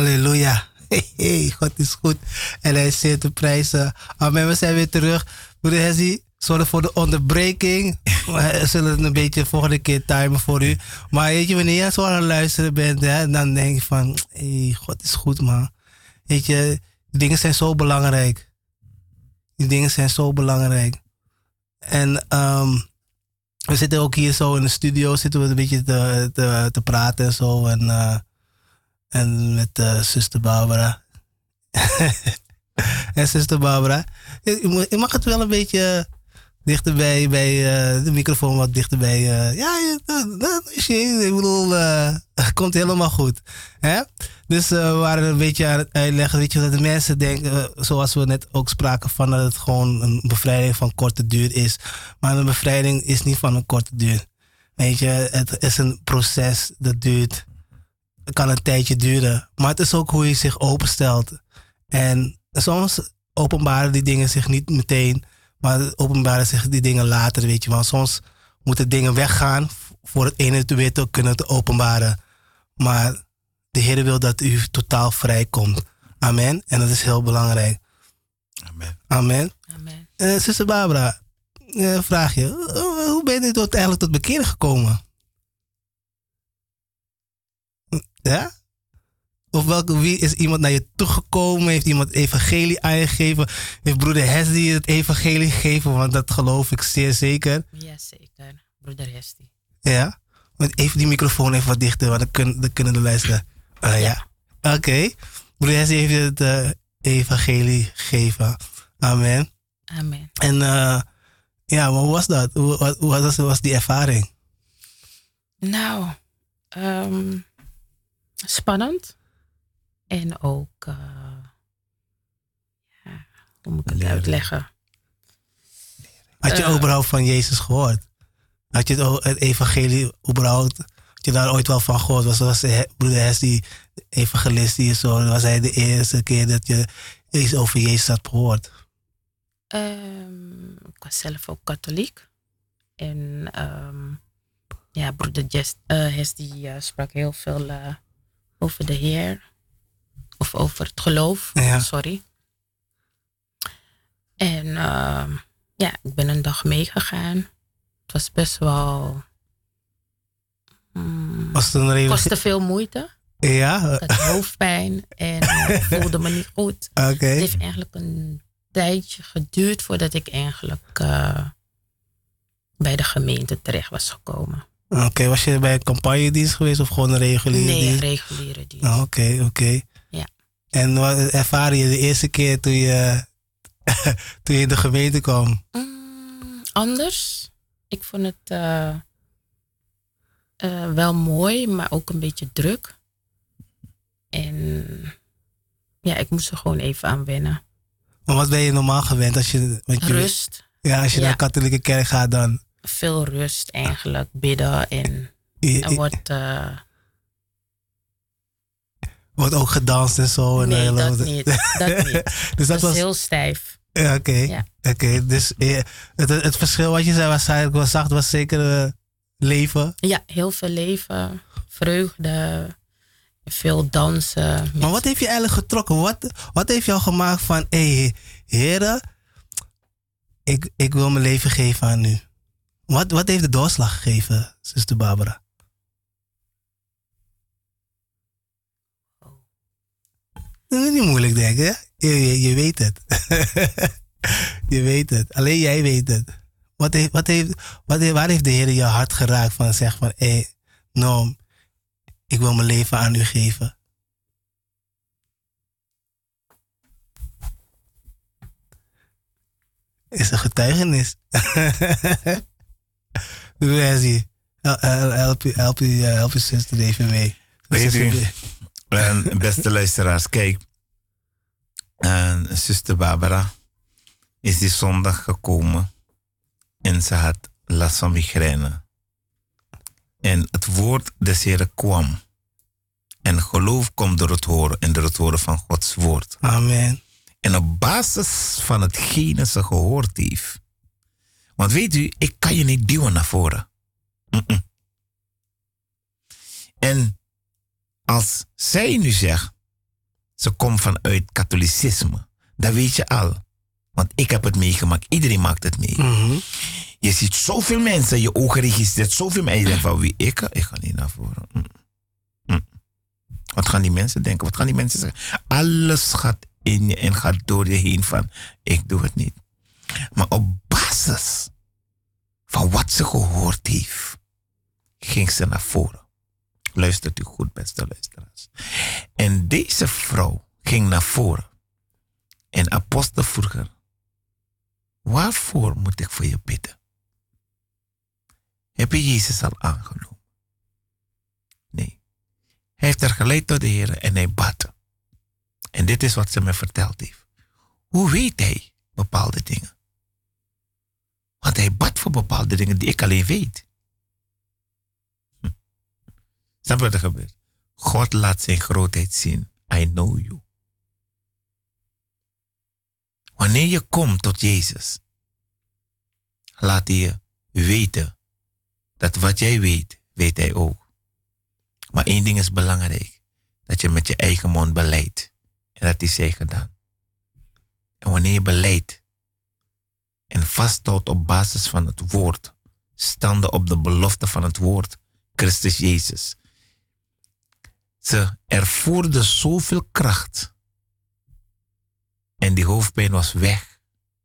Halleluja. Hey, God is goed. En hij is zeer te prijzen. Amen. We zijn weer terug. Broeder Hezzy, sorry voor de onderbreking. We zullen het een beetje volgende keer timen voor u. Maar weet je, wanneer je zo aan het luisteren bent, hè, dan denk je van, hey, God is goed, man. Weet je, die dingen zijn zo belangrijk. Die dingen zijn zo belangrijk. En we zitten ook hier zo in de studio, zitten we een beetje te praten en zo. En met zuster Barbara. En zuster Barbara. Je mag het wel een beetje dichterbij, bij de microfoon wat dichterbij. Ik bedoel, het komt helemaal goed. Hè? Dus we waren een beetje aan het uitleggen, weet je, dat de mensen denken, zoals we net ook spraken, van dat het gewoon een bevrijding van korte duur is. Maar een bevrijding is niet van een korte duur. Weet je, het is een proces dat duurt. Het kan een tijdje duren. Maar het is ook hoe je zich openstelt. En soms openbaren die dingen zich niet meteen, maar openbaren zich die dingen later, weet je wel. Soms moeten dingen weggaan voor het ene weer te kunnen te openbaren. Maar de Heer wil dat u totaal vrij komt. Amen. En dat is heel belangrijk. Amen. Amen. Amen. Zuster Barbara, vraag je, hoe ben je eigenlijk tot bekering gekomen? Ja? Of wie is iemand naar je toegekomen? Heeft iemand het evangelie aangegeven? Heeft broeder Hezzy het evangelie gegeven? Want dat geloof ik zeer zeker. Ja, zeker. Broeder Hesti. Ja? Want even die microfoon even wat dichter, want dan kunnen de luisteren. Ja. Oké. Broeder Hezzy heeft het evangelie gegeven. Amen. Amen. En maar hoe was dat? Hoe was die ervaring? Nou, spannend. En ook, hoe moet ik het uitleggen? Had je überhaupt van Jezus gehoord? Had je het evangelie überhaupt, had je daar ooit wel van gehoord? Was broeder Hezzy, de evangelist die zo, was hij de eerste keer dat je iets over Jezus had gehoord? Ik was zelf ook katholiek. En broeder Hezzy sprak heel veel over de Heer. Of over het geloof, sorry. En ik ben een dag meegegaan. Het was best wel... kostte veel moeite. Ja? Ik had hoofdpijn en voelde me niet goed. Okay. Het heeft eigenlijk een tijdje geduurd voordat ik eigenlijk bij de gemeente terecht was gekomen. Oké, was je bij een campagnedienst geweest of gewoon een reguliere dienst? Nee, een reguliere dienst. Oké. Ja. En wat ervaar je de eerste keer toen je in de gemeente kwam? Anders. Ik vond het wel mooi, maar ook een beetje druk. En ik moest er gewoon even aan wennen. Maar wat ben je normaal gewend? Rust. Als je naar de katholieke kerk gaat dan? Veel rust eigenlijk, bidden en er wordt ook gedanst en zo. Nee, dat niet. Dus dat was heel stijf. Ja, oké. Dus het verschil wat je zei was zeker leven. Ja, heel veel leven, vreugde, veel dansen. Maar wat heeft je eigenlijk getrokken? Wat heeft jou gemaakt van, Heere, ik wil mijn leven geven aan u? Wat heeft de doorslag gegeven, zuster Barbara? Dat is niet moeilijk, denk ik. Je weet het. Je weet het. Alleen jij weet het. Waar heeft de Heer je hart geraakt van zeg van, Norm, ik wil mijn leven aan u geven? Is een getuigenis. Help je zuster even mee. Weet u, beste luisteraars, kijk. Zuster Barbara is die zondag gekomen en ze had last van migraine. En het woord des Heren kwam. En geloof komt door het horen en door het horen van Gods woord. Amen. En op basis van hetgene ze gehoord heeft. Want weet u, ik kan je niet duwen naar voren. En als zij nu zegt, Ze komt vanuit katholicisme. Dat weet je al. Want ik heb het meegemaakt. Iedereen maakt het mee. Je ziet zoveel mensen, je ogen registreert zoveel mensen. En je denkt van wie ik ga niet naar voren. Wat gaan die mensen denken? Wat gaan die mensen zeggen? Alles gaat in je en gaat door je heen van ik doe het niet. Maar op basis van wat ze gehoord heeft, ging ze naar voren. Luistert u goed, beste luisteraars. En deze vrouw ging naar voren. En apostel vroeg haar, waarvoor moet ik voor je bidden? Heb je Jezus al aangenomen? Nee. Hij heeft haar geleid tot de Heer en hij bad. En dit is wat ze me verteld heeft. Hoe weet hij bepaalde dingen? Want hij bad voor bepaalde dingen die ik alleen weet. Snap je wat er gebeurt? God laat zijn grootheid zien. I know you. Wanneer je komt tot Jezus, laat hij je weten dat wat jij weet, weet hij ook. Maar één ding is belangrijk. Dat je met je eigen mond beleidt. En dat is hij gedaan. En wanneer je beleidt en vasthoudt op basis van het woord, staande op de belofte van het woord, Christus Jezus. Ze ervoerde zoveel kracht. En die hoofdpijn was weg.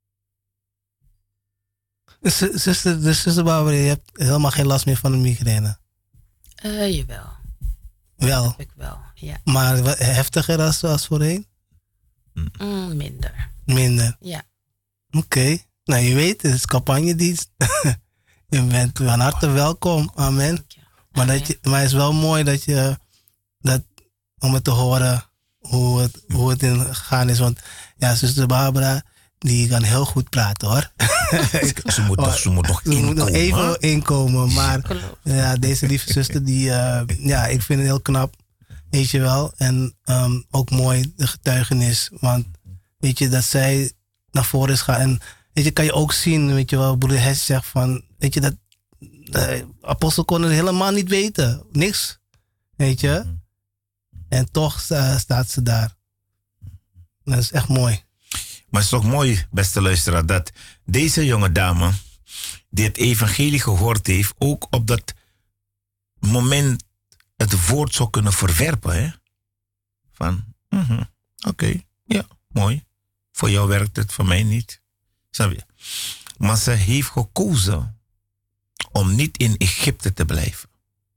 Zuster Barbara, je hebt helemaal geen last meer van de migraine? Jawel. Wel? Dat heb ik wel, ja. Maar heftiger als voorheen? Minder. Minder? Ja. Oké. Nou, je weet, het is campagnedienst. Je bent van harte welkom. Amen. Maar het is wel mooi om het te horen hoe het in gegaan is. Want ja, zuster Barbara, die kan heel goed praten hoor. Ze moet nog even inkomen. Maar ja, deze lieve zuster, ik vind het heel knap. Weet je wel. En ook mooi de getuigenis. Want weet je, dat zij naar voren is gaan. En weet je, kan je ook zien, weet je wel, broeder Hes zegt van, weet je, dat de apostel kon het helemaal niet weten. Niks. Weet je. En toch staat ze daar. Dat is echt mooi. Maar het is toch mooi, beste luisteraar, dat deze jonge dame die het evangelie gehoord heeft, ook op dat moment het woord zou kunnen verwerpen. Hè? Van, oké, ja, mooi. Voor jou werkt het, voor mij niet. Snap je? Maar ze heeft gekozen om niet in Egypte te blijven.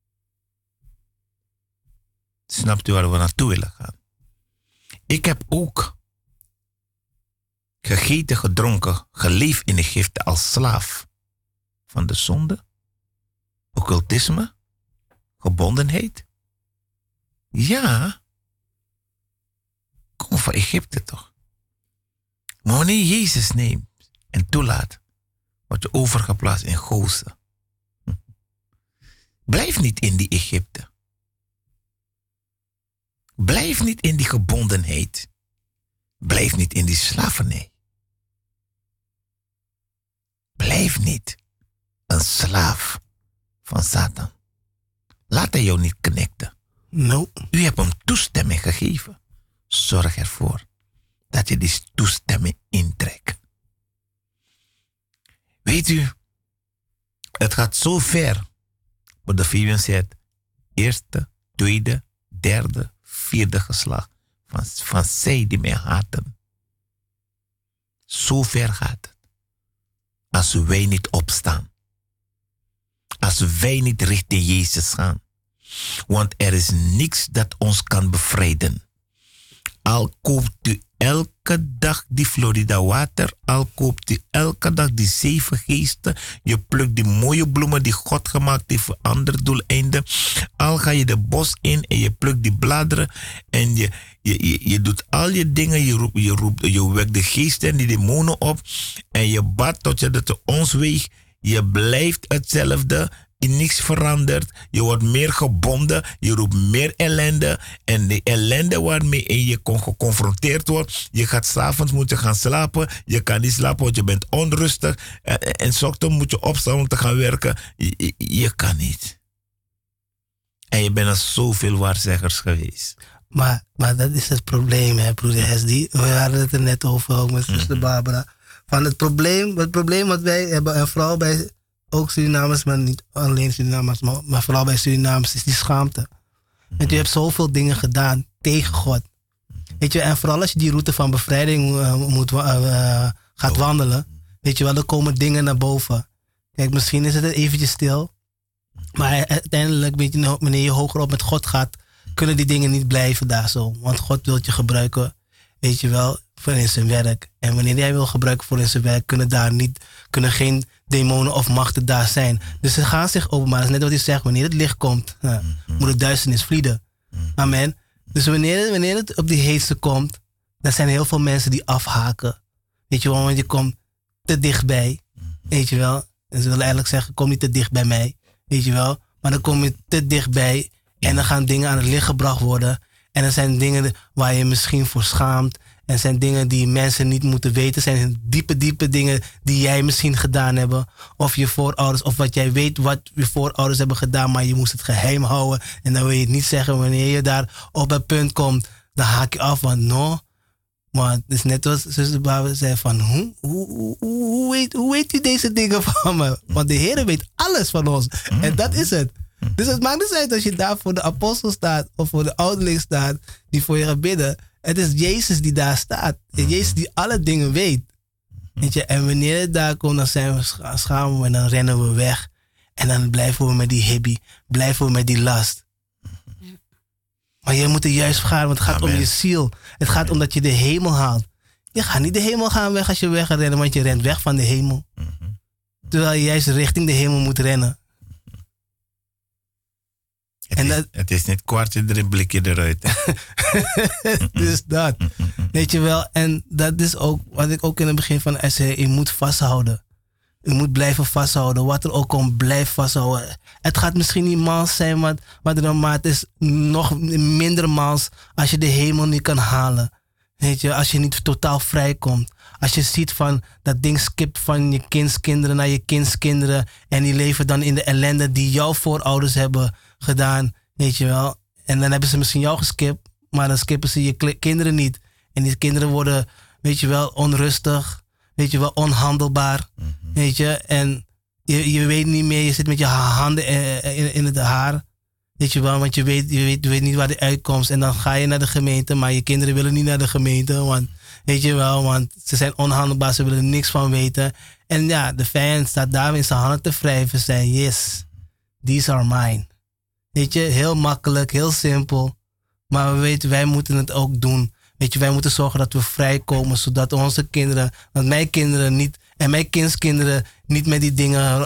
Snapt u waar we naartoe willen gaan? Ik heb ook gegeten, gedronken, geleefd in Egypte als slaaf van de zonde, occultisme, gebondenheid. Ja, kom van Egypte toch. Maar wanneer je Jezus neemt en toelaat, word je overgeplaatst in Gozen. Blijf niet in die Egypte. Blijf niet in die gebondenheid. Blijf niet in die slavernij. Blijf niet een slaaf van Satan. Laat hij jou niet connecten. No. U hebt hem toestemming gegeven. Zorg ervoor dat je die toestemming intrekt. Weet u, het gaat zo ver. Wat de Vivian zegt, eerste, tweede, derde, vierde geslacht van zij die mij haten. Zo ver gaat het. Als wij niet opstaan. Als wij niet richting Jezus gaan. Want er is niks dat ons kan bevrijden. Al koopt u elke dag die Florida water, al koopt u elke dag die 7 geesten, je plukt die mooie bloemen die God gemaakt heeft voor andere doeleinden, al ga je de bos in en je plukt die bladeren en je doet al je dingen, je wekt de geesten en die demonen op en je badt tot je dat ons weegt, je blijft hetzelfde. Niks verandert. Je wordt meer gebonden. Je roept meer ellende. En de ellende waarmee je geconfronteerd wordt. Je gaat 's avonds moeten gaan slapen. Je kan niet slapen want je bent onrustig. En 's ochtends moet je opstaan om te gaan werken. Je kan niet. En je bent er zoveel waarzeggers geweest. Maar dat is het probleem, hè, broeder Hesdy. We hadden het er net over, ook met zuster Barbara. Van het probleem wat wij hebben, en vooral bij ook Surinamers, maar niet alleen Surinamers, maar vooral bij Surinamers, is die schaamte. Want je hebt zoveel dingen gedaan tegen God. Weet je, en vooral als je die route van bevrijding gaat wandelen, weet je wel, er komen dingen naar boven. Kijk, misschien is het eventjes stil, maar uiteindelijk, weet je, wanneer je hoger op met God gaat, kunnen die dingen niet blijven daar zo. Want God wil je gebruiken, weet je wel, voor in zijn werk. En wanneer hij wil gebruiken voor in zijn werk, kunnen geen demonen of machten daar zijn. Dus ze gaan zich openbaren. Dat is net wat hij zegt, wanneer het licht komt, moet de duisternis vlieden. Amen. Dus wanneer het op die heetste komt, dan zijn er heel veel mensen die afhaken. Weet je wel, want je komt te dichtbij. Weet je wel. En ze willen eigenlijk zeggen, kom niet te dicht bij mij. Weet je wel. Maar dan kom je te dichtbij en dan gaan dingen aan het licht gebracht worden. En er zijn dingen waar je misschien voor schaamt. En zijn dingen die mensen niet moeten weten. Zijn diepe dingen die jij misschien gedaan hebt. Of je voorouders, of wat jij weet wat je voorouders hebben gedaan. Maar je moest het geheim houden. En dan wil je het niet zeggen. Wanneer je daar op het punt komt, dan haak je af. Want no. Maar het is net als zuster Barbara zei van, hoe weet u deze dingen van me? Want de Heer weet alles van ons. En dat is het. Dus het maakt dus uit als je daar voor de apostel staat of voor de ouderling staat die voor je gaat bidden. Het is Jezus die daar staat. En Jezus die alle dingen weet. Weet je? En wanneer het daar komt, dan zijn we schamen en dan rennen we weg. En dan blijven we met die hibbie. Blijven we met die last. Maar je moet er juist gaan, want het gaat om je ziel. Het gaat om dat je de hemel haalt. Je gaat niet de hemel gaan weg als je weg gaat rennen, want je rent weg van de hemel. Terwijl je juist richting de hemel moet rennen. Het is niet kwartje er een blikje eruit. Dus dat. Weet je wel. En dat is ook wat ik ook in het begin van zei. Je moet vasthouden. Je moet blijven vasthouden. Wat er ook komt, blijf vasthouden. Het gaat misschien niet mals zijn, maar het is nog minder mals als je de hemel niet kan halen. Weet je, als je niet totaal vrij komt. Als je ziet van dat ding skipt van je kindskinderen naar je kindskinderen. En die leven dan in de ellende die jouw voorouders hebben gedaan. Weet je wel. En dan hebben ze misschien jou geskipt, maar dan skippen ze je kinderen niet. En die kinderen worden, weet je wel, onrustig. Weet je wel, onhandelbaar. Weet je, en je weet niet meer, je zit met je handen in het haar. Weet je wel, want je weet niet waar de uitkomst. En dan ga je naar de gemeente, maar je kinderen willen niet naar de gemeente. Want, weet je wel, want ze zijn onhandelbaar, ze willen er niks van weten. En ja, de vijand staat daar in zijn handen te wrijven. Zei, yes, these are mine. Weet je, heel makkelijk, heel simpel. Maar we weten, wij moeten het ook doen. Weet je, wij moeten zorgen dat we vrijkomen, zodat onze kinderen, dat mijn kinderen niet, en mijn kindskinderen niet met die dingen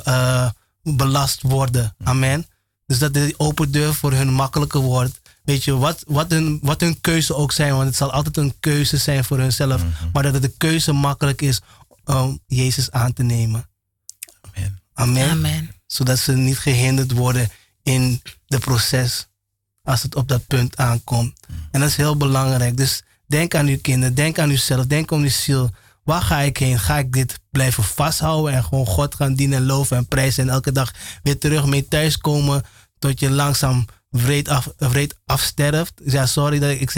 belast worden. Amen. Dus dat de open deur voor hun makkelijker wordt. Weet je, wat hun keuze ook zijn, want het zal altijd een keuze zijn voor hunzelf. Maar dat het de keuze makkelijk is om Jezus aan te nemen. Amen. Amen. Amen. Zodat ze niet gehinderd worden in het proces als het op dat punt aankomt. En dat is heel belangrijk. Dus denk aan uw kinderen, denk aan uzelf, denk aan uw ziel. Waar ga ik heen? Ga ik dit blijven vasthouden en gewoon God gaan dienen en loven en prijzen en elke dag weer terug mee thuiskomen tot je langzaam wreed afsterft? Ja, sorry dat ik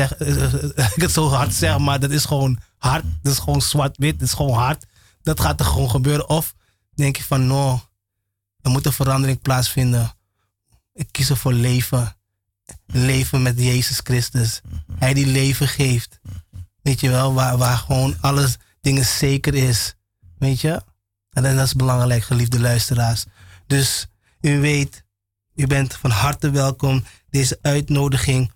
het zo hard zeg, maar dat is gewoon hard. Dat is gewoon zwart-wit, dat is gewoon hard. Dat gaat er gewoon gebeuren. Of denk je van, no, er moet een verandering plaatsvinden. Ik kies er voor leven. Leven met Jezus Christus. Hij die leven geeft. Weet je wel, waar gewoon alles dingen zeker is. Weet je? En dat is belangrijk, geliefde luisteraars. Dus u weet, u bent van harte welkom. Deze uitnodiging.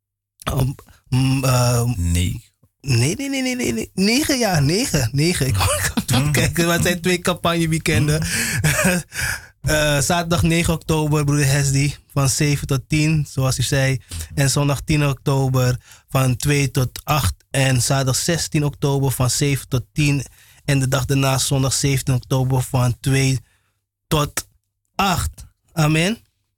Nee. Nee. 9 jaar, 9. Ik kan kijken, maar het zijn 2 campagneweekenden. Zaterdag 9 oktober, broeder Hesdy, van 7 tot 10, zoals u zei. En zondag 10 oktober van 2 tot 8. En zaterdag 16 oktober van 7 tot 10. En de dag daarna, zondag 17 oktober van 2 tot 8. Amen.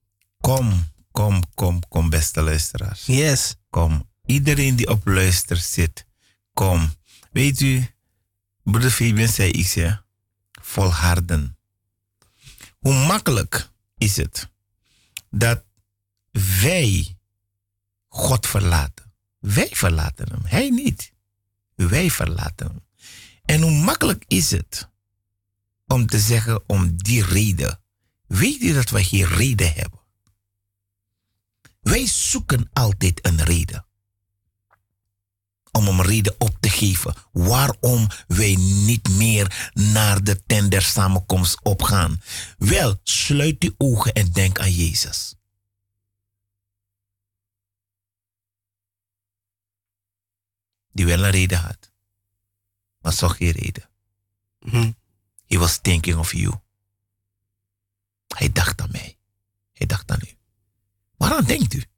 Kom, beste luisteraars. Yes. Kom. Iedereen die op luister zit, kom. Weet u, broeder Fabian zei iets, ja? Volharden. Hoe makkelijk is het dat wij God verlaten? Wij verlaten hem. Hij niet. Wij verlaten hem. En hoe makkelijk is het om te zeggen om die reden. Weet u dat wij geen reden hebben? Wij zoeken altijd een reden. Om een reden op te geven waarom wij niet meer naar de tent der samenkomst opgaan. Wel, sluit uw ogen en denk aan Jezus. Die wel een reden had. Maar zag geen reden. He was thinking of you. Hij dacht aan mij. Hij dacht aan u. Waaraan denkt u?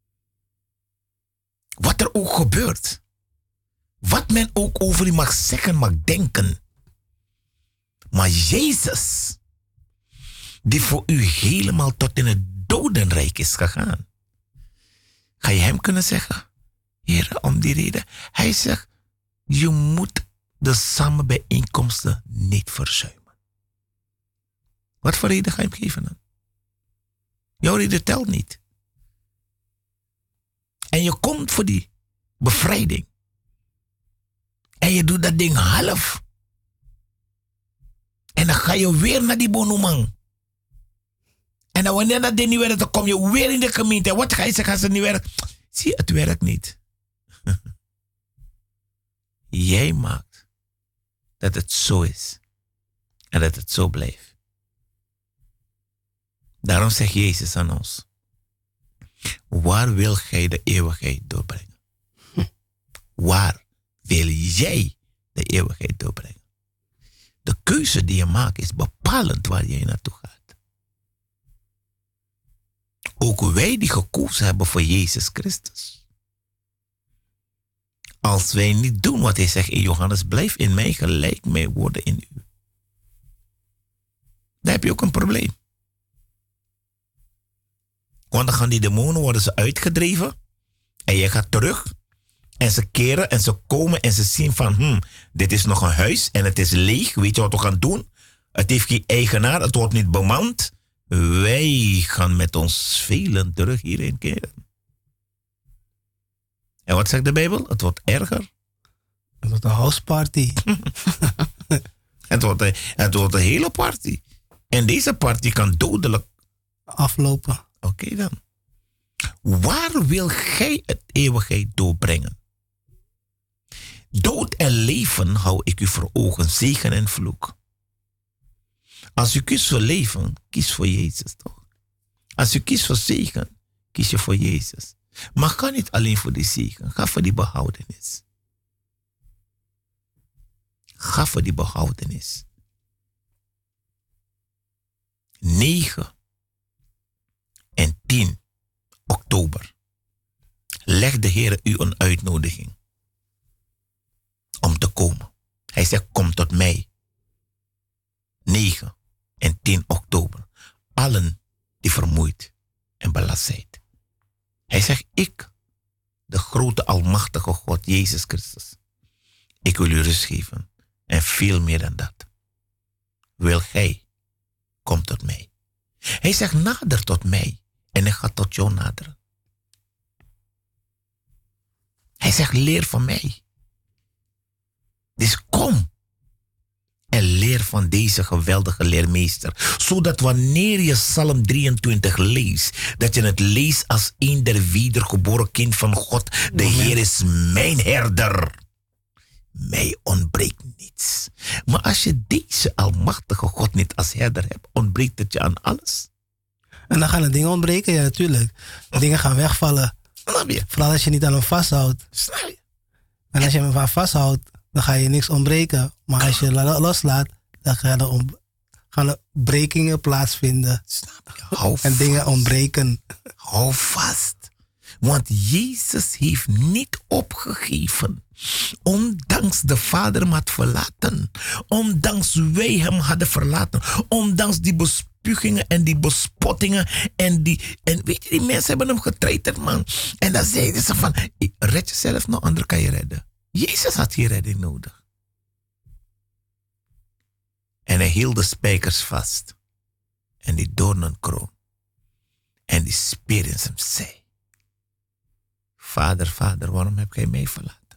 Wat er ook gebeurt. Wat men ook over u mag zeggen, mag denken. Maar Jezus, die voor u helemaal tot in het dodenrijk is gegaan. Ga je hem kunnen zeggen? Heer, om die reden. Hij zegt, je moet de samenbijeenkomsten niet verzuimen. Wat voor reden ga je hem geven dan? Jouw reden telt niet. En je komt voor die bevrijding. En je doet dat ding half. En dan ga je weer naar die bonumang. En dan wanneer dat ding niet werkt, dan kom je weer in de gemeente. En wat ga je zeggen als het niet werkt? Zie, het werkt niet. Jij maakt dat het zo is. En dat het zo blijft. Daarom zegt Jezus aan ons. Waar wil gij de eeuwigheid doorbrengen? Waar wil jij de eeuwigheid doorbrengen? De keuze die je maakt is bepalend waar jij naartoe gaat. Ook wij die gekozen hebben voor Jezus Christus. Als wij niet doen wat hij zegt in Johannes, blijf in mij gelijk mij worden in u. Dan heb je ook een probleem. Want dan gaan die demonen worden ze uitgedreven. En je gaat terug. En ze keren en ze komen en ze zien van, dit is nog een huis en het is leeg. Weet je wat we gaan doen? Het heeft geen eigenaar, het wordt niet bemand. Wij gaan met ons velen terug hierheen keren. En wat zegt de Bijbel? Het wordt erger. Het wordt een houseparty. het wordt een hele party. En deze party kan dodelijk aflopen. Oké dan. Waar wil gij het eeuwigheid doorbrengen? Dood en leven hou ik u voor ogen, zegen en vloek. Als u kiest voor leven, kies voor Jezus toch? Als u kiest voor zegen, kies je voor Jezus. Maar ga niet alleen voor die zegen, ga voor die behoudenis. Ga voor die behoudenis. 9 en 10 oktober legt de Heer u een uitnodiging om te komen. Hij zegt, kom tot mij. 9 en 10 oktober. Allen die vermoeid en belast zijn. Hij zegt, ik, de grote almachtige God, Jezus Christus, ik wil u rust geven. En veel meer dan dat. Wil gij, kom tot mij. Hij zegt, nader tot mij. En ik ga tot jou naderen. Hij zegt, leer van mij. Dus kom. En leer van deze geweldige leermeester. Zodat wanneer je Psalm 23 leest. Dat je het leest als een der wedergeboren kind van God. De Heer is mijn herder. Mij ontbreekt niets. Maar als je deze almachtige God niet als herder hebt. Ontbreekt het je aan alles. En dan gaan er dingen ontbreken, ja natuurlijk. Dingen gaan wegvallen. Snap je? Vooral als je niet aan hem vasthoudt. Snap je? En als je hem aan vasthoudt, dan ga je niks ontbreken. Maar als je loslaat, dan gaan er brekingen plaatsvinden. Snap je? Hou en dingen ontbreken. Hou vast. Want Jezus heeft niet opgegeven. Ondanks de Vader hem had verlaten. Ondanks wij hem hadden verlaten. Ondanks die bespuugingen en die bespottingen. En weet je, die mensen hebben hem getreiterd, man. En dan zeiden ze van, red jezelf, nou, ander kan je redden. Jezus had die redding nodig. En hij hield de spijkers vast. En die doornenkroon. En die speer in zijn zij. Vader, Vader, waarom heb gij mij verlaten?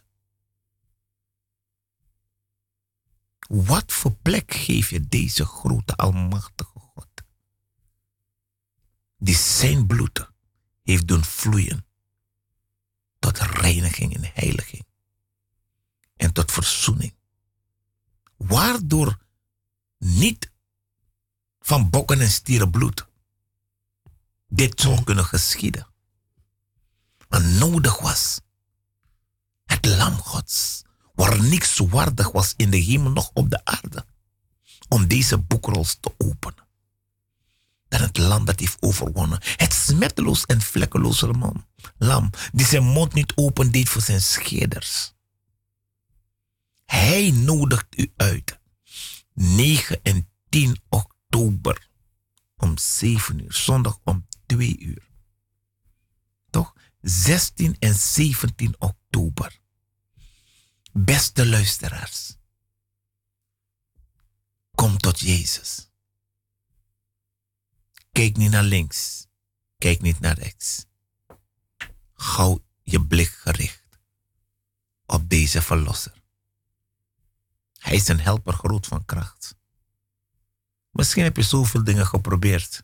Wat voor plek geef je deze grote almachtige God? Die zijn bloed heeft doen vloeien tot reiniging en heiliging. En tot verzoening. Waardoor niet van bokken en stieren bloed dit zou kunnen geschieden. Maar nodig was het lam Gods, waar niks waardig was in de hemel nog op de aarde, om deze boekrols te openen. Dan het lam dat heeft overwonnen. Het smetteloos en vlekkeloze lam, die zijn mond niet open deed voor zijn scheerders. Hij nodigt u uit. 9 en 10 oktober om 7 uur. Zondag om 2 uur. Toch? 16 en 17 oktober. Beste luisteraars. Kom tot Jezus. Kijk niet naar links. Kijk niet naar rechts. Hou je blik gericht op deze verlosser. Hij is een helper groot van kracht. Misschien heb je zoveel dingen geprobeerd.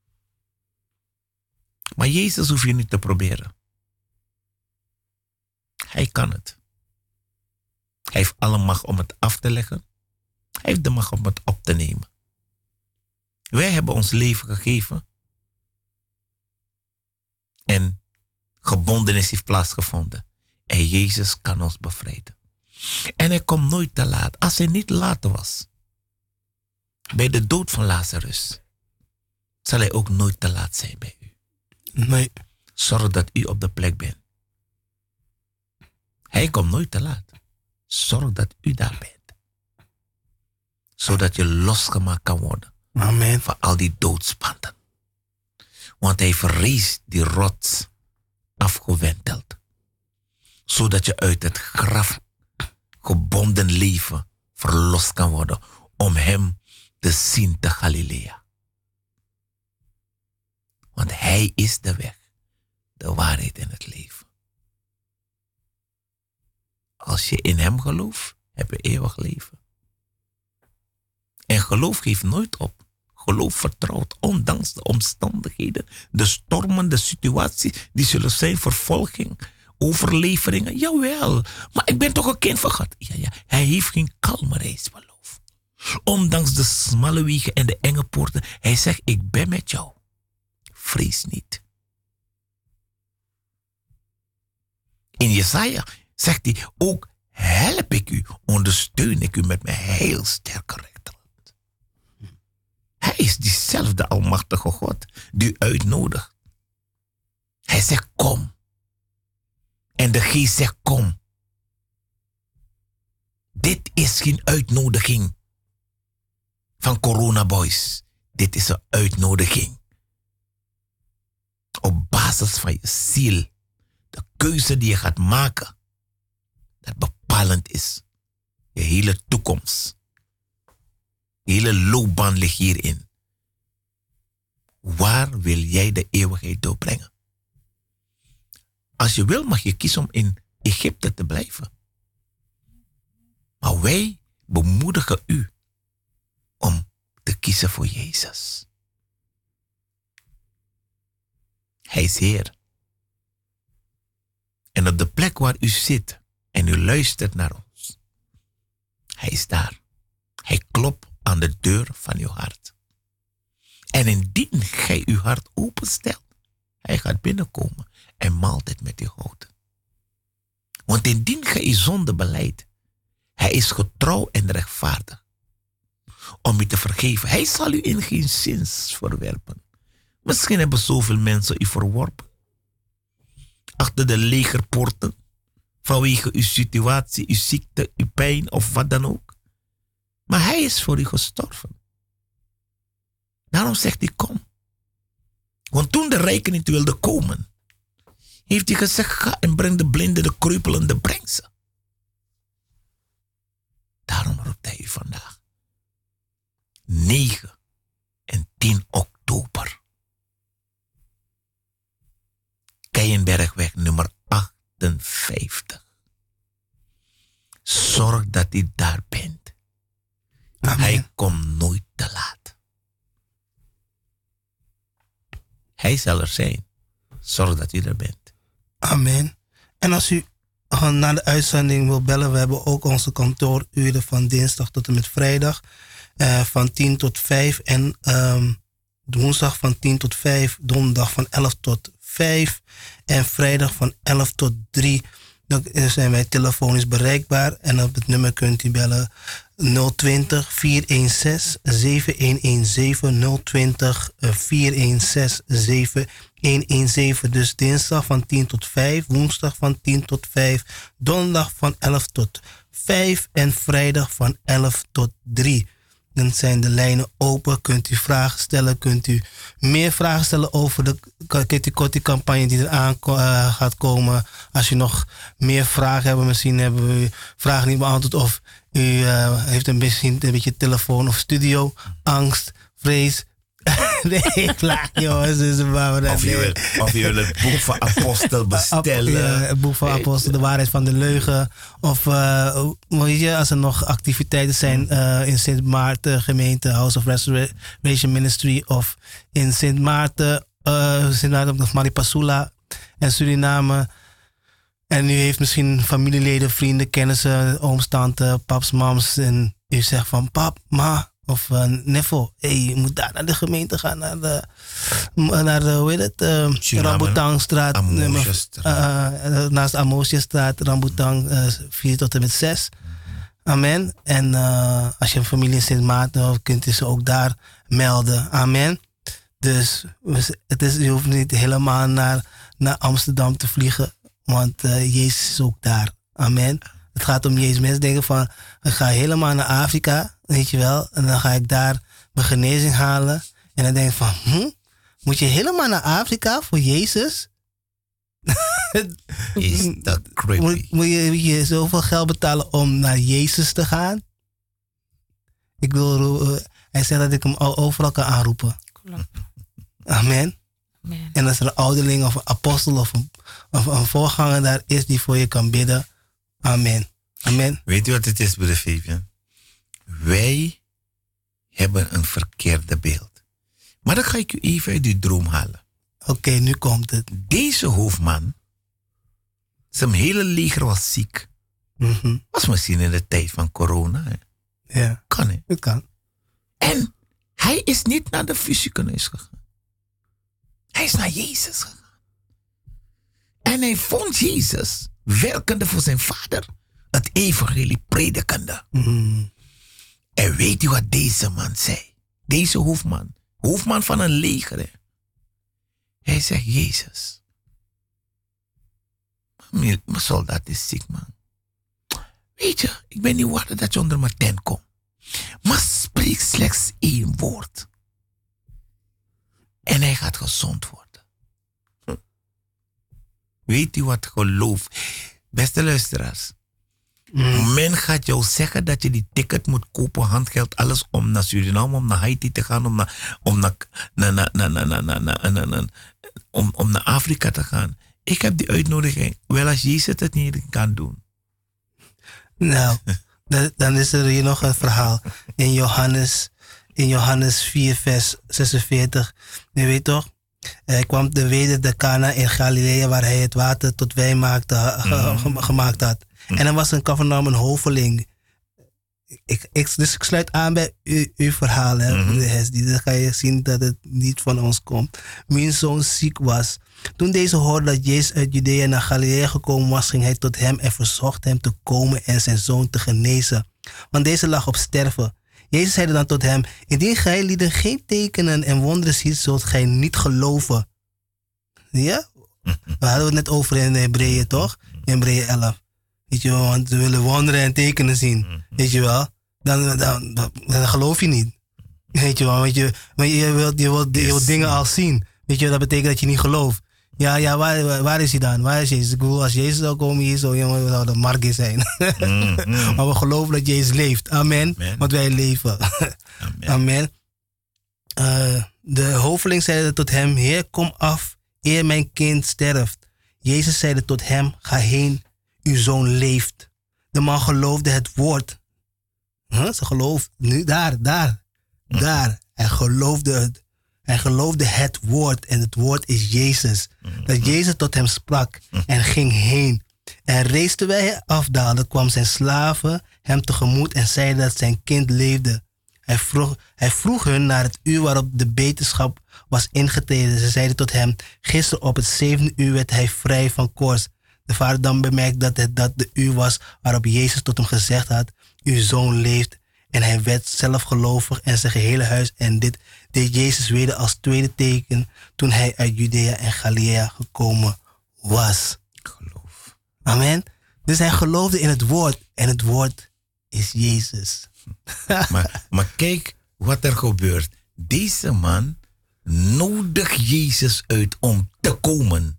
Maar Jezus hoef je niet te proberen. Hij kan het. Hij heeft alle macht om het af te leggen. Hij heeft de macht om het op te nemen. Wij hebben ons leven gegeven. En gebondenis heeft plaatsgevonden. En Jezus kan ons bevrijden. En hij komt nooit te laat. Als hij niet laat was, bij de dood van Lazarus, zal hij ook nooit te laat zijn bij u. Nee. Zorg dat u op de plek bent. Hij komt nooit te laat. Zorg dat u daar bent. Zodat je losgemaakt kan worden. Amen. Van al die doodspanden. Want hij verrees die rots afgewenteld. Zodat je uit het graf gebonden leven verlost kan worden. Om hem te zien te Galilea. Want hij is de weg, de waarheid en het leven. Als je in hem gelooft, heb je eeuwig leven. En geloof geeft nooit op. Geloof vertrouwt, ondanks de omstandigheden, de stormen, de situaties die zullen zijn, vervolging, overleveringen. Jawel, maar ik ben toch een kind van God. Ja, hij heeft geen kalme reis beloofd. Ondanks de smalle wegen en de enge poorten, hij zegt, ik ben met jou. Vrees niet. In Jesaja zegt hij, ook help ik u, ondersteun ik u met mijn heel sterke rechterhand. Hij is diezelfde almachtige God die u uitnodigt. Hij zegt kom. En de geest zegt kom. Dit is geen uitnodiging van Corona Boys. Dit is een uitnodiging. Op basis van je ziel. De keuze die je gaat maken. Dat bepalend is. Je hele toekomst. Je hele loopbaan ligt hierin. Waar wil jij de eeuwigheid doorbrengen? Als je wil mag je kiezen om in Egypte te blijven. Maar wij bemoedigen u om te kiezen voor Jezus. Hij is Heer. En op de plek waar u zit en u luistert naar ons. Hij is daar. Hij klopt aan de deur van uw hart. En indien gij uw hart openstelt, hij gaat binnenkomen en maaltijd met u houden. Want indien gij uw zonde belijdt, hij is getrouw en rechtvaardig om u te vergeven. Hij zal u in geen zins verwerpen. Misschien hebben zoveel mensen u verworpen. Achter de legerpoorten, vanwege uw situatie, uw ziekte, uw pijn of wat dan ook. Maar hij is voor u gestorven. Daarom zegt hij kom. Want toen de rijken niet wilden komen, heeft hij gezegd ga en breng de blinden, de kreupelende, breng ze. Daarom roept hij u vandaag. 9 en 10 oktober. Keienbergweg nummer 8 hij daar bent. Amen. Hij komt nooit te laat. Hij zal er zijn. Zorg dat u er bent. Amen. En als u na de uitzending wil bellen, we hebben ook onze kantooruren van dinsdag tot en met vrijdag. Van 10 tot 5 en woensdag van 10 tot 5, donderdag van 11 tot 5 en vrijdag van 11 tot 3. Dan zijn wij telefonisch bereikbaar en op het nummer kunt u bellen 020 416 7117 020 416 7117. Dus dinsdag van 10 tot 5, woensdag van 10 tot 5, donderdag van 11 tot 5 en vrijdag van 11 tot 3. Dan zijn de lijnen open. Kunt u vragen stellen. Kunt u meer vragen stellen over de Kitty Kotti campagne die eraan gaat komen. Als u nog meer vragen hebt. Misschien hebben we uw vragen niet beantwoord. Of u heeft een beetje telefoon of studio. Angst, vrees. Nee, klaar jongens. Dus of je wil het boek van Apostel bestellen. Het boek van Apostel, de waarheid van de leugen. Of weet je, als er nog activiteiten zijn in Sint Maarten gemeente, House of Restoration Ministry. Of in Sint Maarten of Maripasula en Suriname. En u heeft misschien familieleden, vrienden, kennissen, ooms, tante, paps, mams. En u zegt van pap, ma. Of Neffo, je moet daar naar de gemeente gaan, naar de hoe heet het? Rambutangstraat. Naast Amosjestraat, Rambutang 4 tot en met 6. Amen. En als je een familie in Sint Maarten hebt, kunt u ze ook daar melden. Amen. Dus je hoeft niet helemaal naar Amsterdam te vliegen, want Jezus is ook daar. Amen. Het gaat om Jezus. Mensen denken van, ik ga helemaal naar Afrika, weet je wel. En dan ga ik daar mijn genezing halen. En dan denk ik van, moet je helemaal naar Afrika voor Jezus? Is dat creepy? Moet je zoveel geld betalen om naar Jezus te gaan? Ik wil, hij zegt dat ik hem overal kan aanroepen. Klopt. Amen. Amen. En als er een ouderling of een apostel of een voorganger daar is die voor je kan bidden. Amen. Amen. Weet u wat het is, broeder Fabian? Wij hebben een verkeerde beeld. Maar dan ga ik u even uit uw droom halen. Oké, nu komt het. Deze hoofdman, zijn hele leger was ziek. Was misschien in de tijd van corona. Hè? Ja. Kan hè? Het kan. En hij is niet naar de fysieke gegaan. Hij is naar Jezus gegaan. En hij vond Jezus werkende voor zijn vader. Het evangelie predikende. En weet u wat deze man zei? Deze hoofdman van een leger. Hè? Hij zegt, Jezus, mijn soldaat is ziek, man. Weet je, ik ben niet waard dat je onder mijn tent komt. Maar spreek slechts 1 woord. En hij gaat gezond worden. Weet u wat geloof? Beste luisteraars. Men gaat jou zeggen dat je die ticket moet kopen, handgeld, alles om naar Suriname, om naar Haiti te gaan, om naar Afrika te gaan. Ik heb die uitnodiging. Wel als Jezus het niet kan doen. Nou, dan is er hier nog een verhaal. In Johannes 4 vers 46. Je weet toch? Hij kwam de weder de Kana in Galilea waar hij het water tot wijn gemaakt had. En er was in Capernaum een hoveling. Dus ik sluit aan bij uw verhaal. Hè, dan ga je zien dat het niet van ons komt. Mijn zoon ziek was. Toen deze hoorde dat Jezus uit Judea naar Galilea gekomen was, ging hij tot hem en verzocht hem te komen en zijn zoon te genezen. Want deze lag op sterven. Jezus zeide dan tot hem, indien gij lieden geen tekenen en wonderen ziet, zult gij niet geloven. Ja? We hadden het net over in Hebreeën, toch? In Hebreeën 11. Weet je wel, want we willen wonderen en tekenen zien. Weet je wel? Dan geloof je niet. Weet je wel, want je wilt dingen al zien. Weet je, dat betekent dat je niet gelooft. Ja, waar is hij dan? Waar is Jezus? Ik bedoel, als Jezus zou komen hier, jongen, zou de markt zijn. Maar we geloven dat Jezus leeft. Amen. Want wij leven. Amen. De hoveling zeide tot hem, Heer, kom af, eer mijn kind sterft. Jezus zeide tot hem, ga heen, uw zoon leeft. De man geloofde het woord Ze geloofde, nu daar. Hij geloofde het woord en het woord is Jezus. Dat Jezus tot hem sprak en ging heen. En reeds terwijl hij afdaalde, kwam zijn slaven hem tegemoet en zeiden dat zijn kind leefde. Hij vroeg hun naar het uur waarop de beterschap was ingetreden. Ze zeiden tot hem, gisteren op het 7e uur werd hij vrij van koorts. De vader dan bemerkte dat de uur was waarop Jezus tot hem gezegd had, uw zoon leeft. En hij werd zelf gelovig en zijn gehele huis. En dit deed Jezus weder als tweede teken toen hij uit Judea en Galilea gekomen was. Geloof. Amen. Dus hij geloofde in het woord. En het woord is Jezus. maar kijk wat er gebeurt. Deze man nodigt Jezus uit om te komen.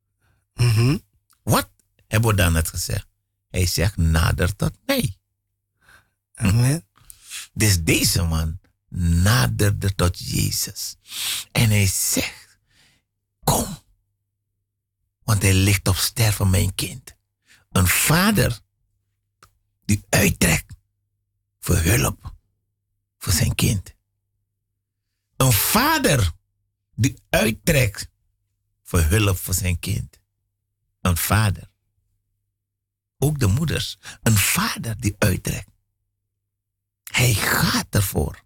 Wat hebben we dan net gezegd? Hij zegt, nader tot mij. Amen. Dus deze man naderde tot Jezus. En hij zegt, kom. Want hij ligt op sterven, mijn kind. Een vader die uittrekt voor hulp voor zijn kind. Een vader die uittrekt voor hulp voor zijn kind. Een vader. Ook de moeders. Een vader die uittrekt. Hij gaat ervoor.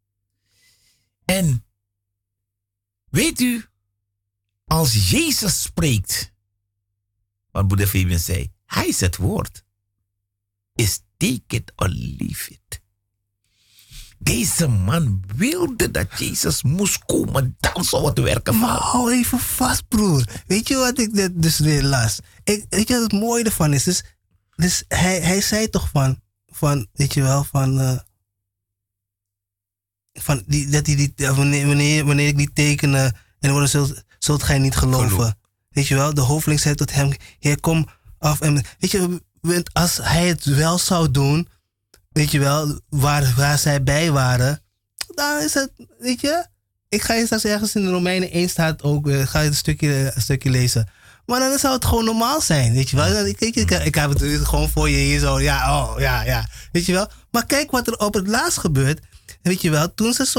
En weet u, als Jezus spreekt, wat broeder Fabian zei, hij is het woord. Is take it or leave it. Deze man wilde dat Jezus moest komen, dan zou het werken. Maar hou even vast, broer. Weet je wat ik dus weer las? Weet je wat het mooie ervan is? Dus hij zei toch van weet je wel, wanneer ik die tekenen en worden zult gij niet geloven. Weet je wel, de hoveling zei tot hem, Heer, kom af. En weet je, als hij het wel zou doen, weet je wel, waar zij bij waren, dan is het, weet je, ik ga je straks ergens in de Romeinen 1 staat ook, ga je een stukje lezen. Maar dan zou het gewoon normaal zijn, weet je wel. Ik heb het gewoon voor je hier zo, ja, weet je wel. Maar kijk wat er op het laatst gebeurt. Weet je wel, toen zijn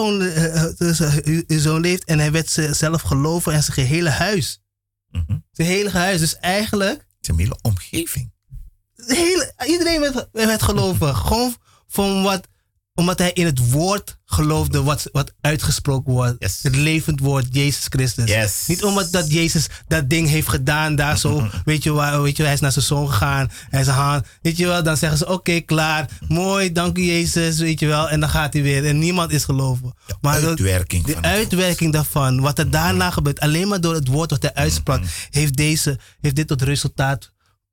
zoon leeft en hij werd zelf geloven en zijn gehele huis. Zijn hele huis, dus eigenlijk... Zijn hele omgeving. Iedereen werd geloven. Gewoon omdat hij in het woord geloofde wat uitgesproken wordt. Yes. Het levend woord, Jezus Christus. Yes. Niet omdat dat Jezus dat ding heeft gedaan daar zo. Weet je, hij is naar zijn zoon gegaan. Hij is aan. Weet je wel, dan zeggen ze oké, klaar. Mooi, dank u Jezus. Weet je wel. En dan gaat hij weer. En niemand is geloven. Maar de uitwerking daarvan. Wat er daarna gebeurt. Alleen maar door het woord wat hij uitsprak. Heeft dit tot resultaat.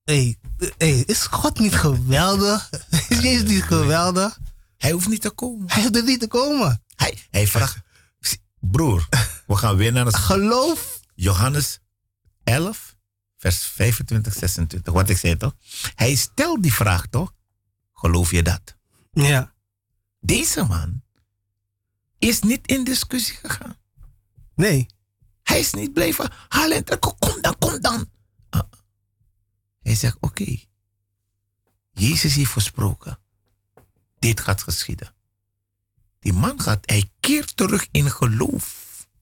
Is God niet geweldig? Is Jezus niet geweldig? Hij hoeft niet te komen. Hij hoeft er niet te komen. Hij vraagt, broer, we gaan weer naar het geloof. Johannes 11, vers 25, 26. Wat ik zei toch? Hij stelt die vraag toch? Geloof je dat? Ja. Deze man is niet in discussie gegaan. Nee. Hij is niet blijven halen en trekken. Kom dan. Hij zegt, oké. Jezus heeft gesproken. Dit gaat geschieden. Die man hij keert terug in geloof.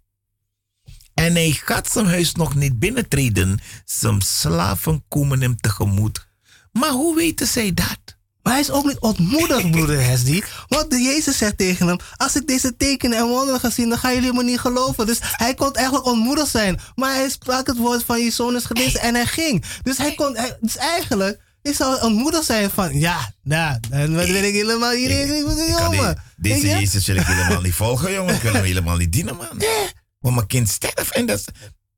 En hij gaat zijn huis nog niet binnentreden. Zijn slaven komen hem tegemoet. Maar hoe weten zij dat? Maar hij is ook niet ontmoedigd, broeder Hesdy. Want Jezus zegt tegen hem, als ik deze tekenen en wonderen ga zien, dan gaan jullie me niet geloven. Dus hij kon eigenlijk ontmoedigd zijn. Maar hij sprak het woord van je zoon is gelezen en hij ging. Dus dus eigenlijk... Ik zou ontmoedigd zijn van, dan wil ik helemaal hier. Deze Jezus wil ik helemaal niet volgen, jongen. Ik wil hem helemaal niet dienen, man. Want mijn kind sterft en dat...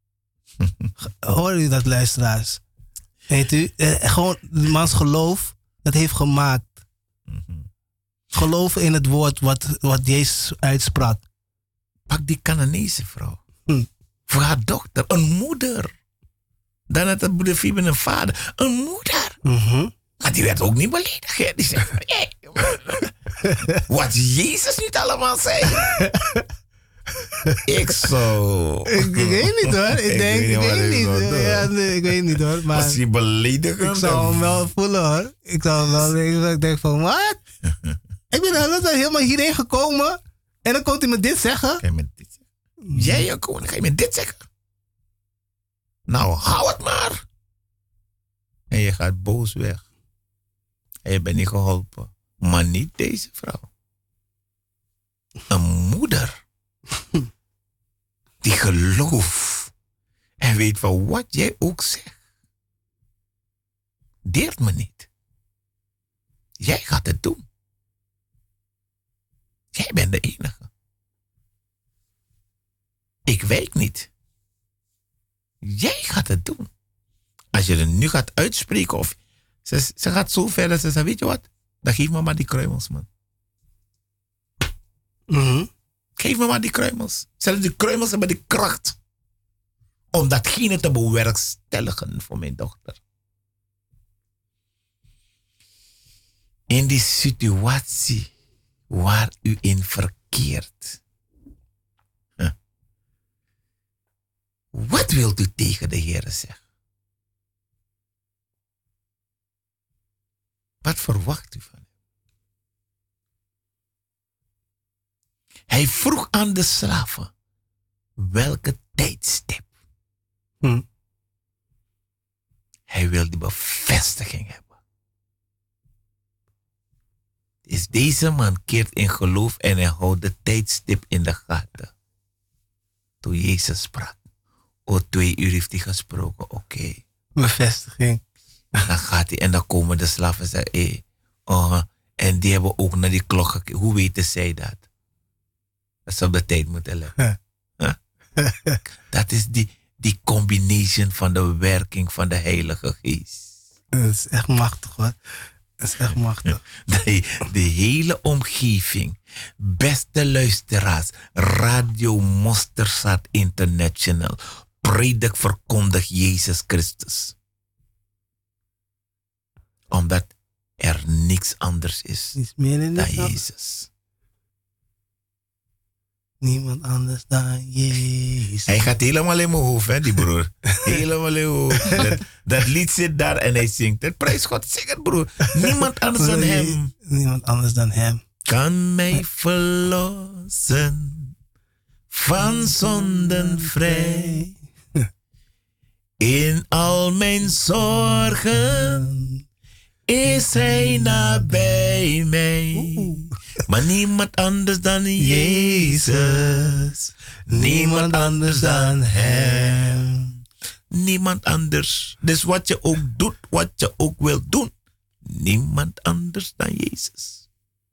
Hoor u dat, luisteraars? Weet u, gewoon de mans geloof, dat heeft gemaakt. Geloven in het woord wat Jezus uitsprak. Pak die Canaanese vrouw. Voor haar dochter, een moeder. Dan had het broeder Fieben een vader. Een moeder. Maar die werd ook niet beledigd. Hè? Die zei, wat Jezus niet allemaal zei. Ik weet niet hoor. Ik weet niet hoor. Maar was hij beledigend? Ik zou hem wel voelen hoor. Ik denk van, wat? Ik ben helemaal hierheen gekomen. En dan komt hij me dit zeggen. Ga je me dit zeggen? Jij, koning, ga je me dit zeggen? Nou, hou het maar. En je gaat boos weg. En je bent niet geholpen. Maar niet deze vrouw. Een moeder. Die gelooft. En weet van wat jij ook zegt. Deert me niet. Jij gaat het doen. Jij bent de enige. Ik weet niet. Jij gaat het doen. Als je het nu gaat uitspreken of... Ze gaat zo ver dat ze zegt, weet je wat? Dan geef me maar die kruimels, man. Geef me maar die kruimels. Zelfs die kruimels hebben de kracht. Om datgene te bewerkstelligen voor mijn dochter. In die situatie waar u in verkeert. Wat wilt u tegen de Heer zeggen? Wat verwacht u van hem? Hij vroeg aan de slaven welke tijdstip. Hij wil die bevestiging hebben. Dus deze man keert in geloof en hij houdt de tijdstip in de gaten. Toen Jezus sprak. 2 uur heeft hij gesproken, oké. Bevestiging. Dan gaat hij en dan komen de slaven en zeggen, en die hebben ook naar die klok gekeken. Hoe weten zij dat? Dat ze op de tijd moeten letten. Dat is die combination van de werking van de Heilige Geest. Dat is echt machtig, hoor. Dat is echt machtig. De hele omgeving. Beste luisteraars. Radio Mosterdzaad International. Predik verkondig Jezus Christus. Omdat er niks anders is dan Jezus. Niemand anders dan Jezus. Hij gaat helemaal in mijn hoofd, hè, die broer. Helemaal in mijn hoofd. Dat lied zit daar en hij zingt het. Prijs God, zing het, broer. Niemand anders dan hem. Niemand anders dan hem. Kan mij verlossen van zonden vrij. In al mijn zorgen is hij nabij mij. Maar niemand anders dan Jezus. Niemand anders dan hem. Niemand anders. Dus wat je ook doet, wat je ook wil doen. Niemand anders dan Jezus.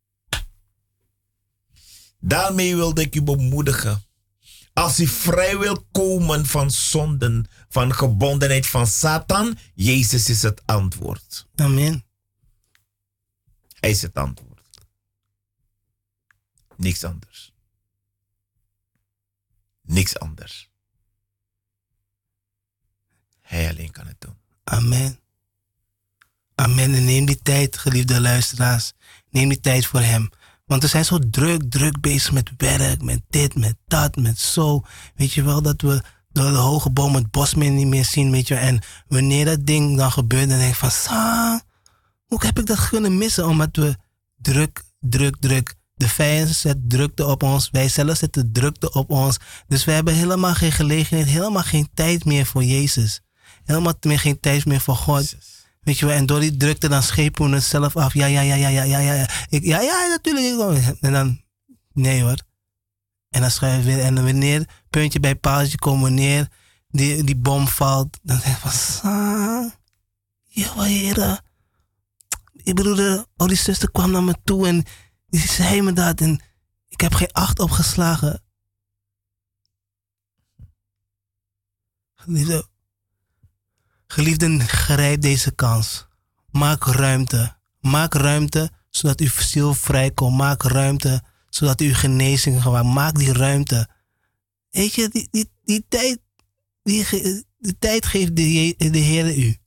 Daarmee wilde ik u bemoedigen. Als u vrij wil komen van zonden, van gebondenheid van Satan, Jezus is het antwoord. Amen. Hij is het antwoord. Niks anders. Niks anders. Hij alleen kan het doen. Amen. Amen. En neem die tijd, geliefde luisteraars. Neem die tijd voor hem. Want we zijn zo druk bezig met werk, met dit, met dat, met zo. Weet je wel, dat we door de hoge boom het bos niet meer zien, weet je. En wanneer dat ding dan gebeurt, dan denk ik van, hoe heb ik dat kunnen missen? Omdat we druk. De vijand zet drukte op ons. Wij zelf zetten drukte op ons. Dus we hebben helemaal geen gelegenheid, helemaal geen tijd meer voor Jezus. Helemaal geen tijd meer voor God. Jezus. Weet je wel, en door die drukte dan schepen we het zelf af. Ja, natuurlijk. En dan, nee hoor. En dan schrijf je weer, en wanneer puntje bij paaltje komt, wanneer die bom valt, dan denk je van, ja, heren. Je broeder, die zuster kwam naar me toe en die zei me dat en ik heb geen 8 opgeslagen. Geliefden, grijp deze kans. Maak ruimte. Maak ruimte zodat uw ziel vrijkomt. Maak ruimte zodat uw genezing gaat. Maak die ruimte. Weet je, die tijd geeft de Heer u.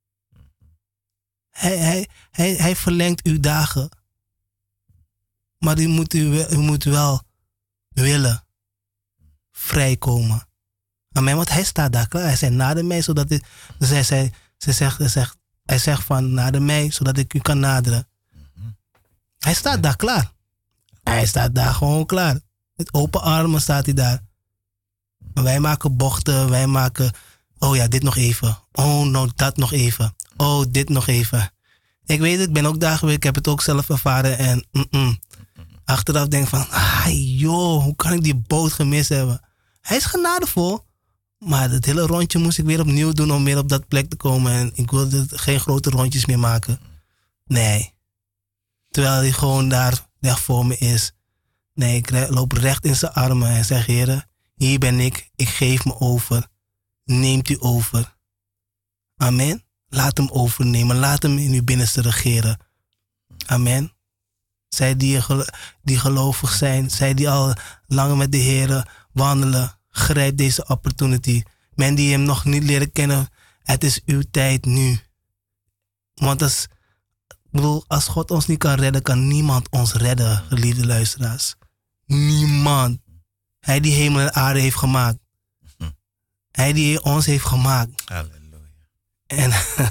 Hij verlengt uw dagen. Maar u moet wel willen vrijkomen. Amen, want hij staat daar klaar. Hij zei, nader mij, zodat ik... Dus hij zegt van, nader mij, zodat ik u kan naderen. Hij staat daar klaar. Hij staat daar gewoon klaar. Met open armen staat hij daar. Maar wij maken bochten, wij maken... Oh ja, dit nog even. Oh, nou, dat nog even. Oh, dit nog even. Ik weet het, ik ben ook daar geweest. Ik heb het ook zelf ervaren. En achteraf denk ik van... joh, hoe kan ik die boot gemist hebben? Hij is genadevol. Maar het hele rondje moest ik weer opnieuw doen om weer op dat plek te komen. En ik wilde geen grote rondjes meer maken. Nee. Terwijl hij gewoon daar recht voor me is. Nee, ik loop recht in zijn armen en zeg... Heren, hier ben ik. Ik geef me over. Neemt u over. Amen. Laat hem overnemen. Laat hem in uw binnenste regeren. Amen. Zij die gelovig zijn. Zij die al langer met de Heer wandelen. Grijp deze opportunity. Men die hem nog niet leren kennen. Het is uw tijd nu. Want als God ons niet kan redden, kan niemand ons redden, geliefde luisteraars. Niemand. Hij die hemel en aarde heeft gemaakt. Hij die ons heeft gemaakt. Halleluja. En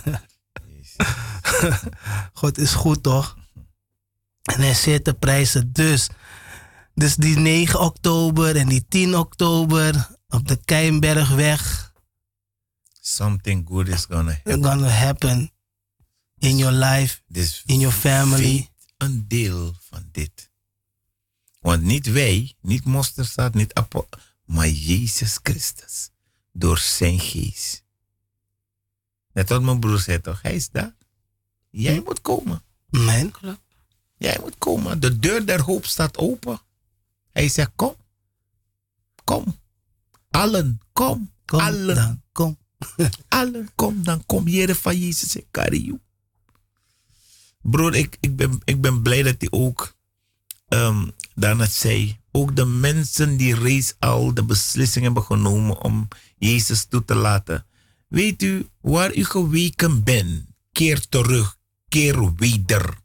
God is goed, toch? En hij zit te prijzen. Dus die 9 oktober en die 10 oktober op de Keienbergweg. Something good is gonna happen in your life, in your family. Een deel van dit. Want niet wij, niet Mosterdzaad, niet Apollo, maar Jezus Christus. Door zijn geest. Net wat mijn broer zei toch, hij is daar. Jij moet komen. Amen. Klopt. Jij moet komen. De deur der hoop staat open. Hij zegt, kom. Kom. Allen, kom. Allen. Dan, kom. Allen, kom. Dan kom Heer van Jezus en Kariu. Broer, ik ben blij dat hij ook daarnet zei. Ook de mensen die reeds al de beslissing hebben genomen om Jezus toe te laten. Weet u, waar u geweken bent, keer terug, keer weder.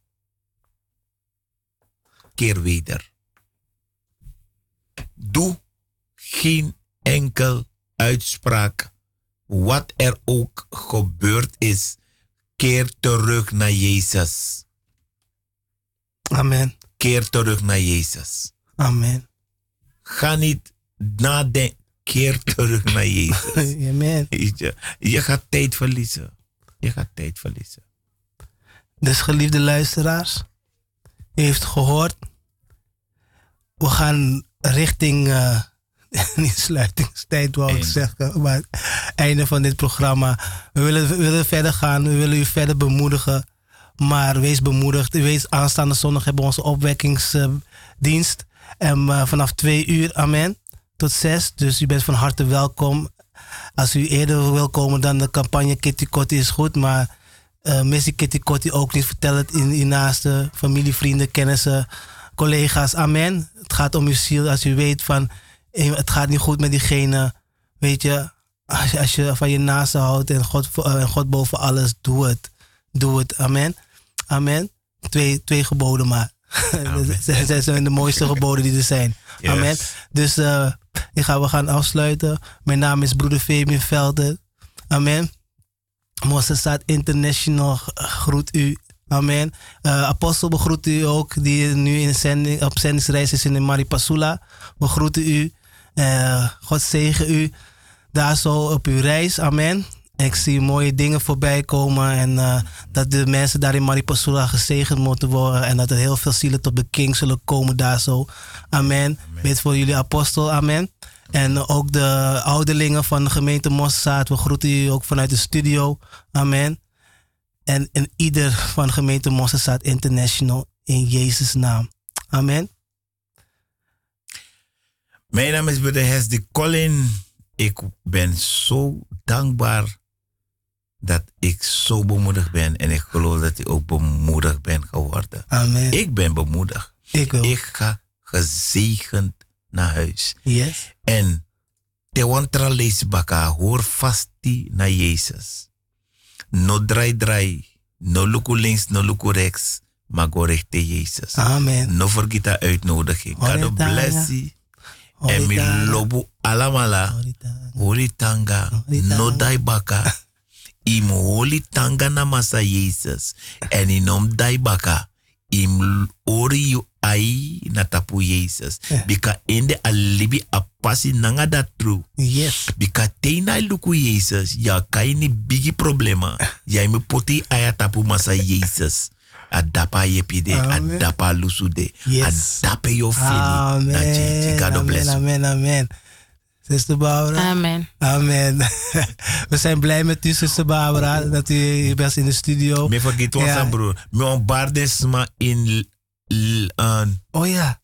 Keer weder. Doe geen enkel uitspraak. Wat er ook gebeurd is, keer terug naar Jezus. Amen. Keer terug naar Jezus. Amen. Ga niet nadenken. Keer terug naar Jezus. Amen. Je gaat tijd verliezen. Je gaat tijd verliezen. Dus geliefde luisteraars, u heeft gehoord. We gaan richting niet sluitingstijd, wou ik zeggen, maar einde van dit programma. We willen verder gaan, we willen u verder bemoedigen. Maar wees bemoedigd. Wees aanstaande zondag hebben we onze opwekkingsdienst. En vanaf 2 uur, amen, tot 6. Dus u bent van harte welkom. Als u eerder wil komen dan de campagne Kitty Kotti is goed. Maar mis die Kitty Kotti ook niet. Vertel het in uw naaste familie, vrienden, kennissen, collega's. Amen. Het gaat om uw ziel. Als u weet van het gaat niet goed met diegene. Weet je, als je van je naaste houdt en God boven alles, doe het. Doe het. Amen. Amen. 2 geboden maar. Dat zijn de mooiste geboden die er zijn. Yes. Amen. Dus we gaan afsluiten. Mijn naam is broeder Fabian Velden. Amen. Mosterdzaad International groet u. Amen. Apostel begroet u ook, die nu op zendingsreis is in Maripasula. We groeten u. God zegen u. Daar zo op uw reis. Amen. Ik zie mooie dingen voorbij komen. En dat de mensen daar in Maripasula gezegend moeten worden. En dat er heel veel zielen tot beking zullen komen daar zo. Amen. Bid voor jullie apostel. Amen. En ook de ouderlingen van de gemeente Mosterdzaad. We groeten u ook vanuit de studio. Amen. En ieder van de gemeente Mosterdzaad International. In Jezus' naam. Amen. Mijn naam is broeder Hesdy Colin. Ik ben zo dankbaar dat ik zo bemoedigd ben. En ik geloof dat ik ook bemoedigd ben geworden. Amen. Ik ben bemoedigd. Ik ga gezegend naar huis. Yes. En te wantra leesbaka, hoor vast die naar Jezus. No draai. No luku links, no luku rechts. Maar go richting Jezus. Amen. No vergeet de uitnodiging. God bless you. En mi lobu alamala. Holy tanga. No dai baka. Im holy tanga namasa Jezus. En inom dai baka. im ori you ai na tapu Jesus. Bika ende alibi apasi nanga dat true. Yes. Bika teina luku Jesus. Ya kaini bigi problema. Ya me poti aya tapu masa Jesus. Adapa yepide. Adapa lusude. Yes. Adape yo fini. God bless you. Amen, amen. Zuster Barbara. Amen. Amen. We zijn blij met u, zuster Barbara, dat u hier bent in de studio. Me vergeet ons aan, broer. Me onbardes ma in... oh ja.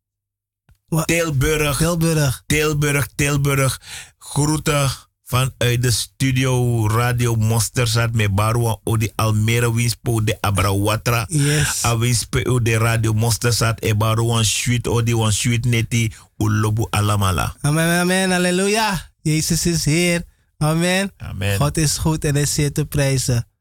Tilburg. Groeten vanuit de studio Radio Mosterdzaad met Barua Odi Almere Winspo de Abrawatra. Yes. A Winspo de Radio Mosterdzaad e Barua Sweet Odi wan Sweet Neti Ulobu Alamala. Amen, amen, halleluja. Jezus is Heer. Amen. Amen. God is goed en hij is zeer te prijzen.